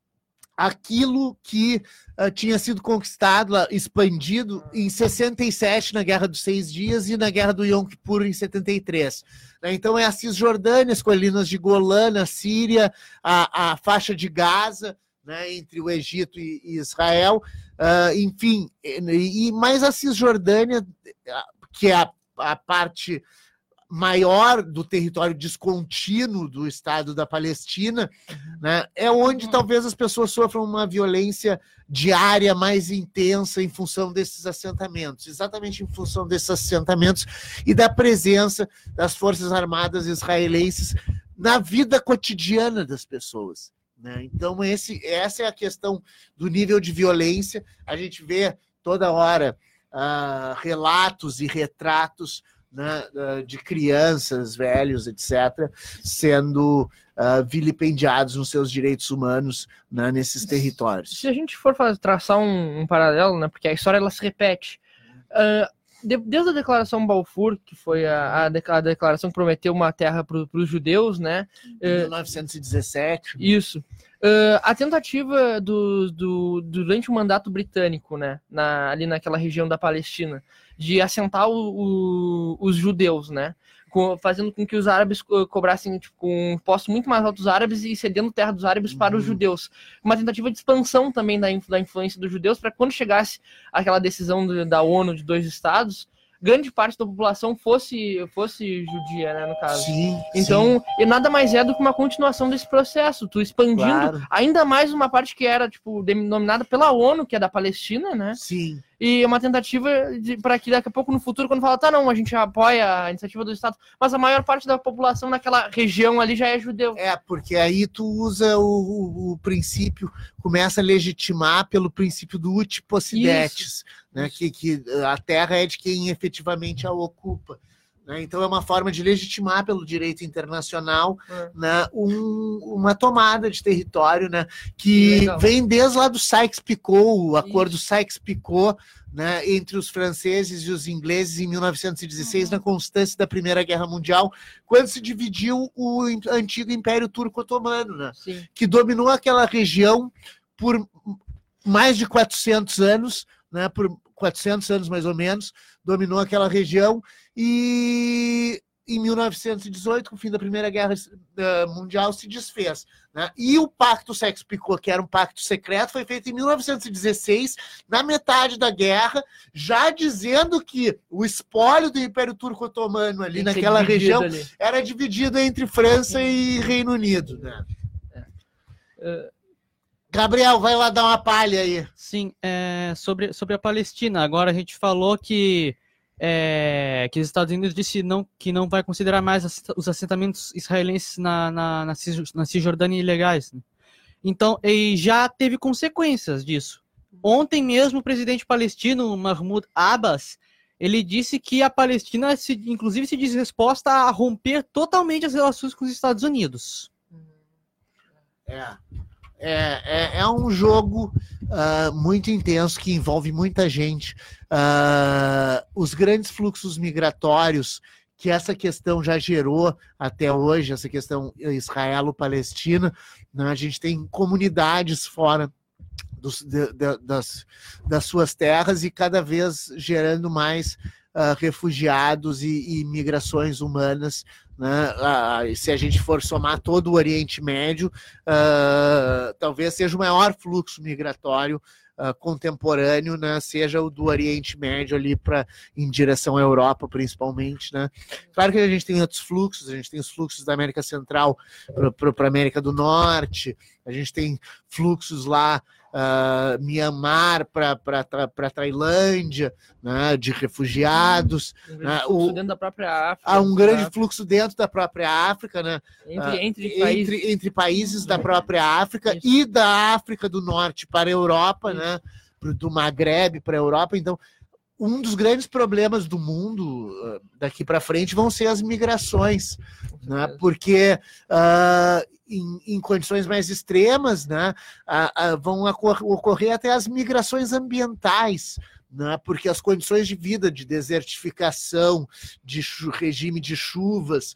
Speaker 1: aquilo que uh, tinha sido conquistado, uh, expandido em sessenta e sete na Guerra dos Seis Dias e na Guerra do Yom Kippur em setenta e três. Né? Então é a Cisjordânia, as colinas de Golã, a Síria, a, a faixa de Gaza, né, entre o Egito e, e Israel, uh, enfim, e, e mais a Cisjordânia, que é a, a parte maior do território descontínuo do Estado da Palestina, né, é onde talvez as pessoas sofram uma violência diária mais intensa em função desses assentamentos, exatamente em função desses assentamentos e da presença das Forças Armadas israelenses na vida cotidiana das pessoas. Então, esse, essa é a questão do nível de violência. A gente vê toda hora uh, relatos e retratos, né, uh, de crianças, velhos, etcétera, sendo uh, vilipendiados nos seus direitos humanos, né, nesses territórios.
Speaker 3: Se a gente for fazer, traçar um, um paralelo, né, porque a história ela se repete, uh, de, desde a declaração Balfour, que foi a, a, a declaração que prometeu uma terra para os judeus, né?
Speaker 1: Em mil novecentos e dezessete.
Speaker 3: Isso. Uh, a tentativa do, do, durante o mandato britânico, né, na, ali naquela região da Palestina, de assentar o, o, os judeus, né, co- fazendo com que os árabes co- cobrassem tipo, com impostos muito mais altos dos árabes e cedendo terra dos árabes para os
Speaker 1: Uhum.
Speaker 3: judeus. Uma tentativa de expansão também da, influ- da influência dos judeus, para quando chegasse aquela decisão do- da ONU de dois estados, grande parte da população fosse, fosse judia, né, no caso.
Speaker 1: Sim,
Speaker 3: Então, e nada mais é do que uma continuação desse processo, tu expandindo
Speaker 1: Claro.
Speaker 3: ainda mais uma parte que era, tipo, denominada pela ONU, que é da Palestina, né?
Speaker 1: sim.
Speaker 3: E uma tentativa para que daqui a pouco no futuro, quando fala, tá, não, a gente apoia a iniciativa do Estado, mas a maior parte da população naquela região ali já é judeu.
Speaker 1: É, porque aí tu usa o, o, o princípio, começa a legitimar pelo princípio do ut possidetis, né? Que, que a terra é de quem efetivamente a ocupa. Né? Então é uma forma de legitimar pelo direito internacional
Speaker 3: É.
Speaker 1: né, um, uma tomada de território, né, que
Speaker 3: Legal.
Speaker 1: vem desde lá do Sykes-Picot, o acordo
Speaker 3: Isso.
Speaker 1: Sykes-Picot, né, entre os franceses e os ingleses em mil novecentos e dezesseis, uhum. na constância da Primeira Guerra Mundial, quando se dividiu o antigo Império Turco-Otomano, né, que dominou aquela região por mais de quatrocentos anos, né, por quatrocentos anos mais ou menos, dominou aquela região e em mil novecentos e dezoito, com o fim da Primeira Guerra Mundial, se desfez. Né? E o Pacto Sykes-Picot, que era um pacto secreto, foi feito em mil novecentos e dezesseis, na metade da guerra, já dizendo que o espólio do Império Turco-Otomano ali naquela região ali. Era dividido entre França e Reino Unido. Né? É. Gabriel, vai lá dar uma palha aí.
Speaker 4: Sim, é, sobre, sobre a Palestina. Agora a gente falou que, é, que os Estados Unidos disse não, que não vai considerar mais os assentamentos israelenses na, na, na, na Cisjordânia ilegais. Né? Então, e já teve consequências disso. Ontem mesmo o presidente palestino, Mahmoud Abbas, ele disse que a Palestina, se, inclusive, se diz disposta a romper totalmente as relações com os Estados Unidos.
Speaker 1: É... É, é, é um jogo uh, muito intenso que envolve muita gente. Uh, os grandes fluxos migratórios que essa questão já gerou até hoje, essa questão israelo-palestina, né, a gente tem comunidades fora dos, de, de, das, das suas terras e cada vez gerando mais uh, refugiados e, e migrações humanas. Né? Uh, se a gente for somar todo o Oriente Médio, uh, talvez seja o maior fluxo migratório uh, contemporâneo, né? Seja o do Oriente Médio ali para em direção à Europa, principalmente. Né? Claro que a gente tem outros fluxos, a gente tem os fluxos da América Central para a América do Norte, a gente tem fluxos lá Uh, Mianmar para Tailândia, né, de refugiados.
Speaker 3: Um grande
Speaker 1: né,
Speaker 3: fluxo
Speaker 1: o,
Speaker 3: dentro da própria África.
Speaker 1: Há um grande África. fluxo dentro da própria África, né,
Speaker 3: entre,
Speaker 1: uh,
Speaker 3: entre,
Speaker 1: entre,
Speaker 3: países.
Speaker 1: entre países da própria África
Speaker 3: Isso.
Speaker 1: e da África do Norte para a Europa, né, do Maghreb para a Europa. Então, um dos grandes problemas do mundo uh, daqui para frente vão ser as migrações, né, porque uh, Em, em condições mais extremas, né, a, a, vão ocorrer, ocorrer até as migrações ambientais, né, porque as condições de vida, de desertificação, de chu, regime de chuvas,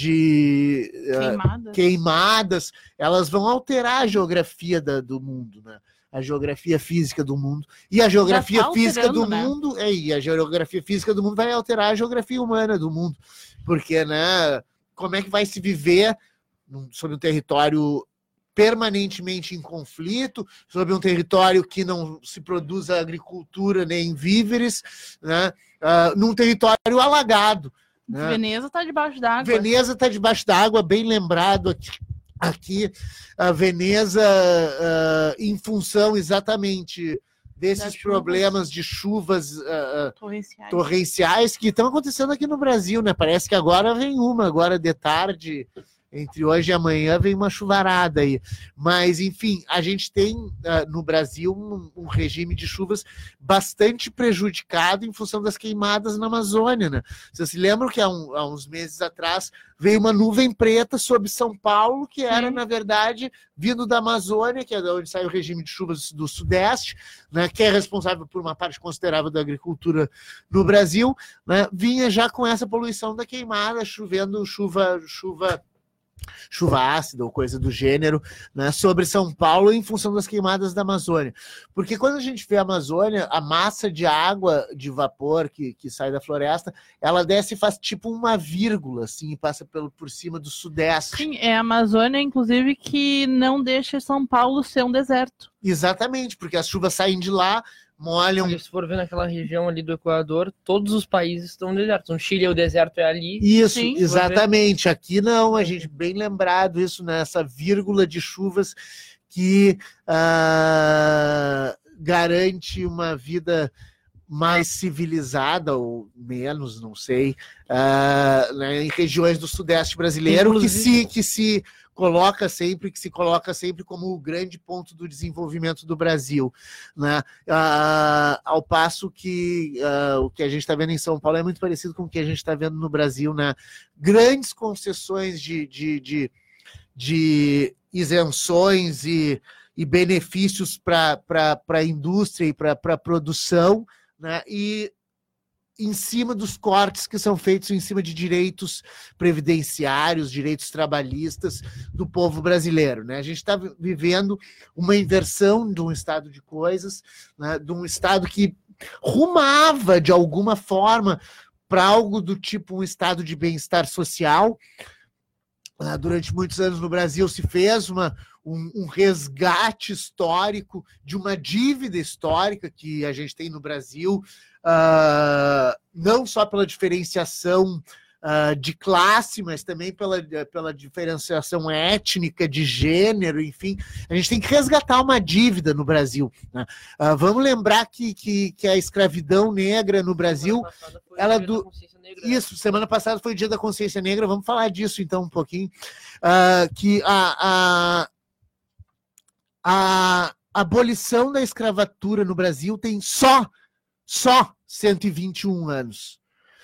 Speaker 1: de
Speaker 2: queimadas.
Speaker 1: Uh, queimadas, elas vão alterar a geografia da, do mundo, né? A geografia física do mundo. E a geografia tá física do né? mundo, é, e a geografia física do mundo vai alterar a geografia humana do mundo. Porque, né, como é que vai se viver sobre um território permanentemente em conflito, sobre um território que não se produz agricultura nem víveres, né? uh, num território alagado. Né?
Speaker 2: Veneza está debaixo d'água.
Speaker 1: Veneza está debaixo d'água, bem lembrado aqui. Aqui, a Veneza, uh, em função exatamente desses problemas de chuvas uh,
Speaker 2: torrenciais.
Speaker 1: torrenciais que estão acontecendo aqui no Brasil, né? Parece que agora vem uma, agora de tarde... Entre hoje e amanhã vem uma chuvarada aí. Mas, enfim, a gente tem uh, no Brasil um, um regime de chuvas bastante prejudicado em função das queimadas na Amazônia, né? Vocês se lembram que há, um, há uns meses atrás veio uma nuvem preta sobre São Paulo, que era, Sim. na verdade, vindo da Amazônia, que é de onde sai o regime de chuvas do Sudeste, né, que é responsável por uma parte considerável da agricultura no Brasil, né, vinha já com essa poluição da queimada, chovendo chuva... chuva chuva ácida ou coisa do gênero, né, sobre São Paulo em função das queimadas da Amazônia. Porque quando a gente vê a Amazônia, a massa de água de vapor que, que sai da floresta, ela desce e faz tipo uma vírgula, assim, e passa pelo, por cima do sudeste.
Speaker 2: Sim, é a Amazônia, inclusive, que não deixa São Paulo ser um deserto.
Speaker 1: Exatamente, porque as chuvas saem de lá, molham.
Speaker 3: Se for ver naquela região ali do Equador, todos os países estão desertos. No Chile, o deserto é ali.
Speaker 1: Isso,
Speaker 2: Sim.
Speaker 1: exatamente. Aqui não, a gente bem lembrado isso, nessa né? vírgula de chuvas que uh, garante uma vida mais civilizada, ou menos, não sei, uh, né? em regiões do Sudeste brasileiro, Inclusive... que se... Que se coloca sempre, que se coloca sempre como o grande ponto do desenvolvimento do Brasil, né? Ah, ao passo que ah, o que a gente está vendo em São Paulo é muito parecido com o que a gente está vendo no Brasil, né? Grandes concessões de, de, de, de isenções e, e benefícios para a indústria e para a produção, né? E em cima dos cortes que são feitos em cima de direitos previdenciários, direitos trabalhistas do povo brasileiro, né? A gente está vivendo uma inversão de um estado de coisas, né? De um estado que rumava, de alguma forma, para algo do tipo um estado de bem-estar social. Uh, durante muitos anos no Brasil se fez uma, um, um resgate histórico de uma dívida histórica que a gente tem no Brasil, uh, não só pela diferenciação uh, de classe, mas também pela, pela diferenciação étnica, de gênero, enfim. A gente tem que resgatar uma dívida no Brasil, né? Uh, vamos lembrar que, que, que a escravidão negra no Brasil, ela do... Isso, semana passada foi o Dia da Consciência Negra, vamos falar disso então um pouquinho, uh, que a, a, a abolição da escravatura no Brasil tem só, só cento e vinte e um anos.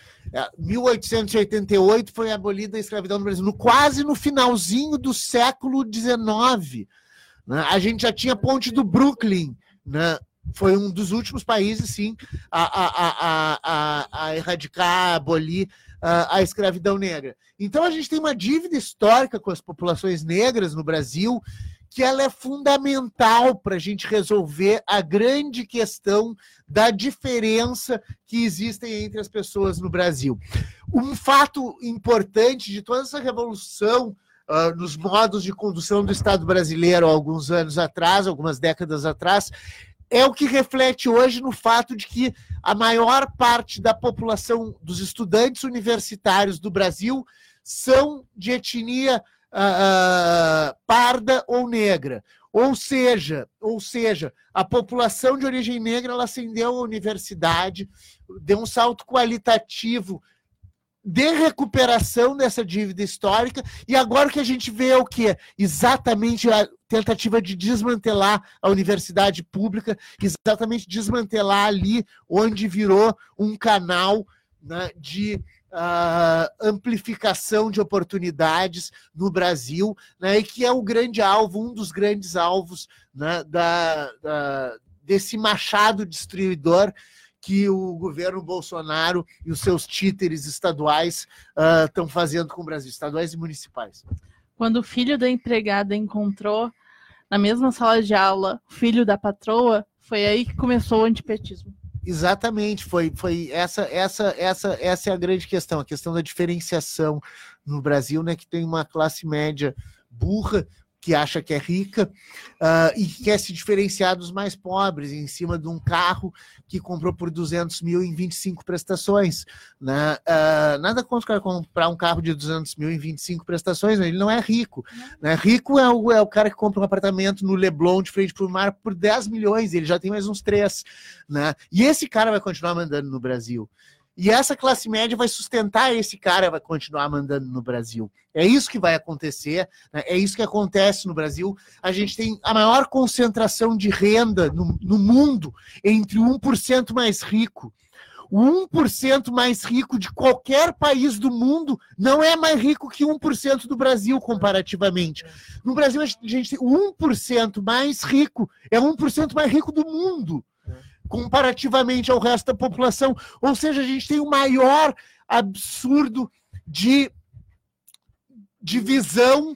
Speaker 1: mil oitocentos e oitenta e oito foi abolida a escravidão no Brasil, no, quase no finalzinho do século dezenove. Né? A gente já tinha a Ponte do Brooklyn, né? Foi um dos últimos países, sim, a, a, a, a, a erradicar, a abolir a, a escravidão negra. Então, a gente tem uma dívida histórica com as populações negras no Brasil, que ela é fundamental para a gente resolver a grande questão da diferença que existem entre as pessoas no Brasil. Um fato importante de toda essa revolução Uh, nos modos de condução do Estado brasileiro há alguns anos atrás, algumas décadas atrás, é o que reflete hoje no fato de que a maior parte da população dos estudantes universitários do Brasil são de etnia uh, parda ou negra. Ou seja, ou seja, a população de origem negra ela ascendeu à universidade, deu um salto qualitativo de recuperação dessa dívida histórica, e agora o que a gente vê é o quê? Exatamente a tentativa de desmantelar a universidade pública, exatamente desmantelar ali onde virou um canal, né, de uh, amplificação de oportunidades no Brasil, né, e que é o grande alvo, um dos grandes alvos, né, da, da, desse machado destruidor que o governo Bolsonaro e os seus títeres estaduais estão uh, fazendo com o Brasil, estaduais e municipais.
Speaker 2: Quando o filho da empregada encontrou, na mesma sala de aula, o filho da patroa, foi aí que começou o antipetismo.
Speaker 1: Exatamente, foi, foi essa, essa, essa, essa é a grande questão, a questão da diferenciação no Brasil, né, que tem uma classe média burra, que acha que é rica, uh, e que quer se diferenciar dos mais pobres, em cima de um carro que comprou por duzentos mil em vinte e cinco prestações. Né? Uh, nada contra o cara comprar um carro de duzentos mil em vinte e cinco prestações, ele não é rico. Né? Rico é o, é o cara que compra um apartamento no Leblon, de frente para o mar, por dez milhões, ele já tem mais uns três. Né? E esse cara vai continuar mandando no Brasil. E essa classe média vai sustentar esse cara, vai continuar mandando no Brasil. É isso que vai acontecer, né? É isso que acontece no Brasil. A gente tem a maior concentração de renda no, no mundo entre o um por cento mais rico. O um por cento mais rico de qualquer país do mundo não é mais rico que um por cento do Brasil, comparativamente. No Brasil, a gente tem o um por cento mais rico, é o um por cento mais rico do mundo, comparativamente ao resto da população. Ou seja, a gente tem o maior absurdo de divisão...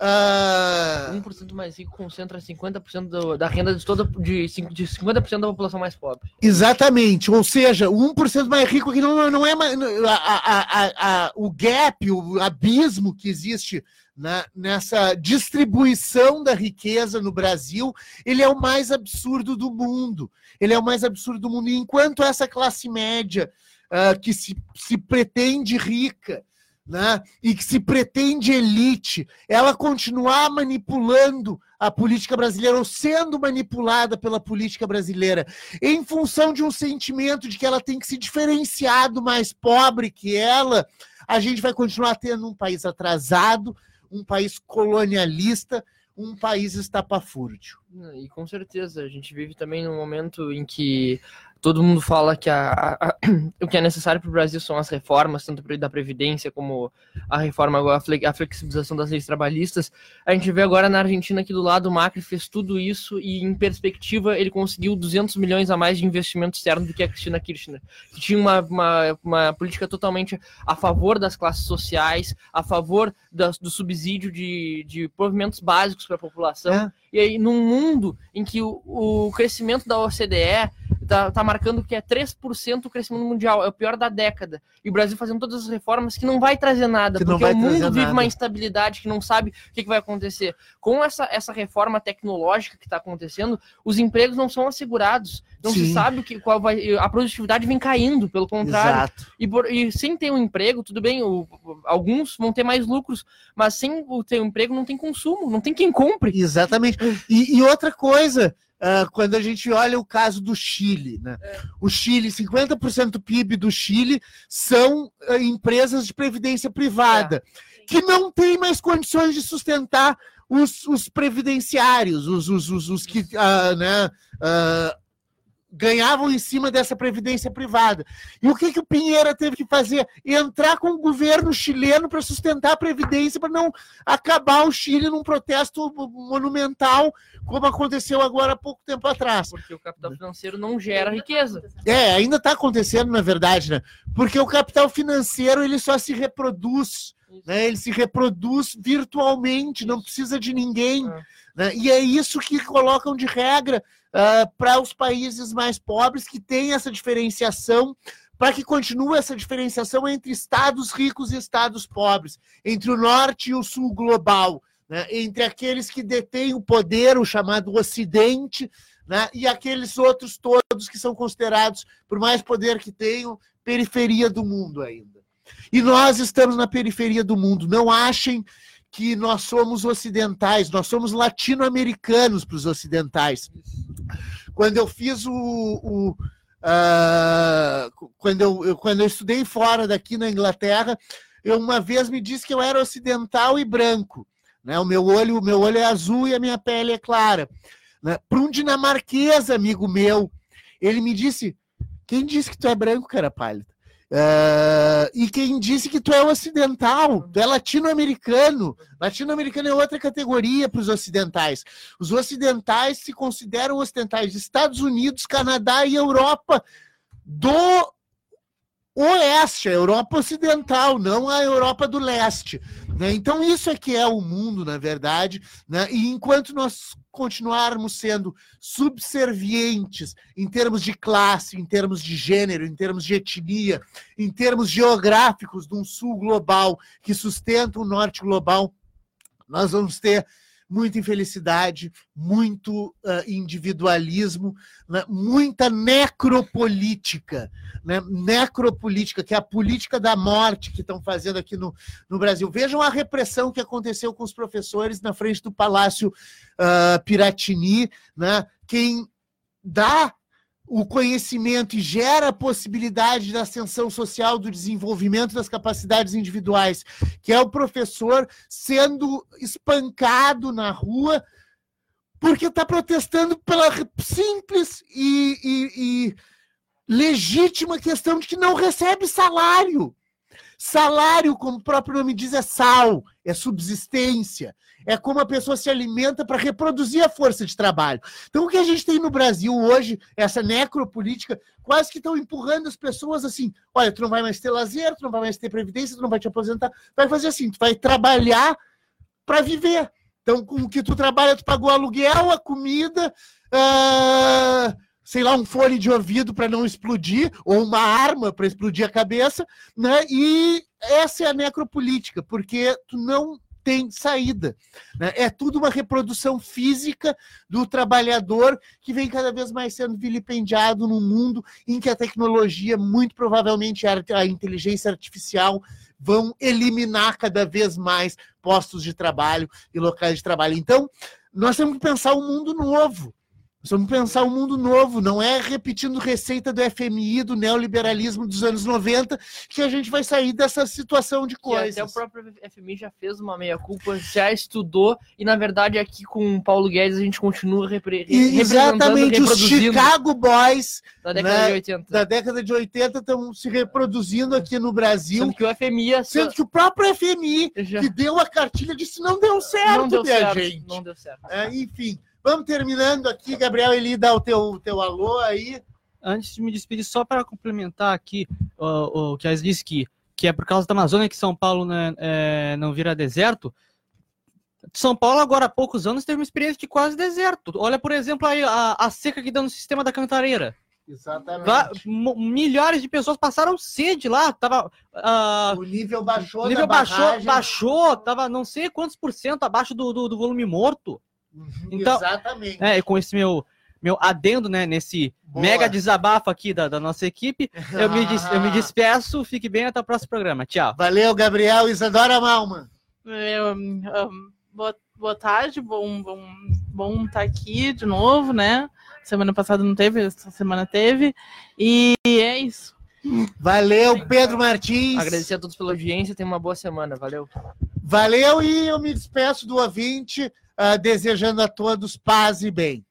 Speaker 1: Uh...
Speaker 3: um por cento mais rico concentra cinquenta por cento do, da renda de toda de, de cinquenta por cento da população mais pobre.
Speaker 1: Exatamente, ou seja, o um por cento mais rico que não, não é a, a, a, a, o gap, o abismo que existe na, nessa distribuição da riqueza no Brasil, ele é o mais absurdo do mundo. Ele é o mais absurdo do mundo. E enquanto essa classe média uh, que se, se pretende rica, né, e que se pretende elite, ela continuar manipulando a política brasileira ou sendo manipulada pela política brasileira em função de um sentimento de que ela tem que se diferenciar do mais pobre que ela, a gente vai continuar tendo um país atrasado, um país colonialista, um país estapafúrdio.
Speaker 3: E com certeza, a gente vive também num momento em que todo mundo fala que a, a, a, o que é necessário para o Brasil são as reformas, tanto da Previdência como a reforma, a flexibilização das leis trabalhistas. A gente vê agora na Argentina aqui do lado, o Macri fez tudo isso e, em perspectiva, ele conseguiu duzentos milhões a mais de investimento externo do que a Cristina Kirchner, que tinha uma, uma, uma política totalmente a favor das classes sociais, a favor das, do subsídio de, de provimentos básicos para a população. É. E aí, num mundo em que o, o crescimento da O C D E está tá marcando que é três por cento o crescimento mundial, é o pior da década. E o Brasil fazendo todas as reformas que não vai trazer nada, que porque o mundo vive nada. Uma instabilidade que não sabe o que, que vai acontecer. Com essa, essa reforma tecnológica que está acontecendo, os empregos não são assegurados. Não Sim. se sabe o que, qual vai... A produtividade vem caindo, pelo contrário. E, por, e sem ter um emprego, tudo bem, o, alguns vão ter mais lucros, mas sem ter um emprego não tem consumo, não tem quem compre.
Speaker 1: Exatamente. E, e outra coisa... Uh, quando a gente olha o caso do Chile, né? É. O Chile, cinquenta por cento do P I B do Chile são uh, empresas de previdência privada, é. que não têm mais condições de sustentar os, os previdenciários, os, os, os, os que uh, né, uh, ganhavam em cima dessa previdência privada. E o que, que o Pinheira teve que fazer? Entrar com o governo chileno para sustentar a previdência, para não acabar o Chile num protesto monumental, como aconteceu agora há pouco tempo atrás.
Speaker 3: Porque o capital financeiro não gera riqueza.
Speaker 1: É, ainda está acontecendo, na verdade, né? Porque o capital financeiro ele só se reproduz, né? Ele se reproduz virtualmente, não precisa de ninguém. Ah. Né? E é isso que colocam de regra uh, para os países mais pobres, que têm essa diferenciação, para que continue essa diferenciação entre estados ricos e estados pobres, entre o norte e o sul global, né? Entre aqueles que detêm o poder, o chamado Ocidente, né? E aqueles outros todos que são considerados, por mais poder que tenham, periferia do mundo ainda. E nós estamos na periferia do mundo. Não achem que nós somos ocidentais, nós somos latino-americanos para os ocidentais. Quando eu fiz o... o uh, quando, eu, quando eu estudei fora daqui na Inglaterra, eu uma vez me disse que eu era ocidental e branco. Né? O meu olho, o meu olho é azul e a minha pele é clara. Né? Para um dinamarquês, amigo meu, ele me disse: quem disse que tu é branco, cara pálido? Uh, e quem disse que tu é ocidental, tu é latino-americano. Latino-americano é outra categoria para os ocidentais. Os ocidentais se consideram ocidentais de Estados Unidos, Canadá e Europa do Oeste, a Europa Ocidental, não a Europa do Leste. Né? Então isso é que é o mundo, na verdade. Né? E enquanto nós continuarmos sendo subservientes em termos de classe, em termos de gênero, em termos de etnia, em termos geográficos de um sul global que sustenta um norte global, nós vamos ter muita infelicidade, muito uh, individualismo, né? Muita necropolítica, né? Necropolítica, que é a política da morte que estão fazendo aqui no, no Brasil. Vejam a repressão que aconteceu com os professores na frente do Palácio uh, Piratini, né? Quem dá o conhecimento e gera a possibilidade da ascensão social, do desenvolvimento das capacidades individuais, que é o professor sendo espancado na rua porque está protestando pela simples e, e, e legítima questão de que não recebe salário. Salário, como o próprio nome diz, é sal, é subsistência, é como a pessoa se alimenta para reproduzir a força de trabalho. Então, o que a gente tem no Brasil hoje, essa necropolítica, quase que estão empurrando as pessoas assim, olha, tu não vai mais ter lazer, tu não vai mais ter previdência, tu não vai te aposentar, vai fazer assim, tu vai trabalhar para viver. Então, com o que tu trabalha, tu pagou o aluguel, a comida, uh, sei lá, um fone de ouvido para não explodir, ou uma arma para explodir a cabeça, né? E essa é a necropolítica, porque tu não tem saída, né? É tudo uma reprodução física do trabalhador que vem cada vez mais sendo vilipendiado num mundo em que a tecnologia, muito provavelmente a inteligência artificial, vão eliminar cada vez mais postos de trabalho e locais de trabalho. Então, nós temos que pensar um mundo novo. Nós temos que pensar um mundo novo, não é repetindo receita do F M I, do neoliberalismo dos anos noventa, que a gente vai sair dessa situação de coisas.
Speaker 3: Até o próprio F M I já fez uma meia-culpa, já estudou, e na verdade aqui com o Paulo Guedes a gente continua repre
Speaker 1: e, exatamente, os Chicago Boys
Speaker 3: da década, né, de oitenta.
Speaker 1: Da década de oitenta estão se reproduzindo aqui no Brasil.
Speaker 3: Sendo que o F M I... É só...
Speaker 1: Sendo que o próprio F M I, já... que deu a cartilha, disse não deu certo,
Speaker 3: não deu
Speaker 1: minha
Speaker 3: certo,
Speaker 1: gente.
Speaker 3: Não deu certo.
Speaker 1: É, enfim... Vamos terminando aqui, Gabriel, Eli, dá o teu, teu alô aí.
Speaker 4: Antes de me despedir, só para complementar aqui o, o que a disse que, que é por causa da Amazônia que São Paulo, né, é, não vira deserto. São Paulo, agora há poucos anos, teve uma experiência de quase deserto. Olha, por exemplo, aí, a, a seca que deu no sistema da Cantareira.
Speaker 1: Exatamente.
Speaker 4: Lá, milhares de pessoas passaram sede lá. Tava, uh,
Speaker 1: o nível baixou,
Speaker 4: o nível
Speaker 1: da
Speaker 4: baixou,
Speaker 1: barragem.
Speaker 4: baixou, tava não sei quantos por cento abaixo do, do, do volume morto.
Speaker 1: Uhum,
Speaker 4: então,
Speaker 1: exatamente.
Speaker 4: É, com esse meu, meu adendo, né, nesse Boa. mega desabafo aqui da, da nossa equipe, eu me, des, eu me despeço, fique bem, até o próximo programa. Tchau.
Speaker 1: Valeu, Gabriel. Isadora Malman.
Speaker 2: Eu, um, boa, boa tarde, bom bom bom estar aqui de novo, né? Semana passada não teve, essa semana teve, e é isso.
Speaker 1: Valeu, Pedro Martins.
Speaker 3: Agradecer a todos pela audiência, tenha uma boa semana, valeu.
Speaker 1: Valeu, e eu me despeço do ouvinte, uh, desejando a todos paz e bem.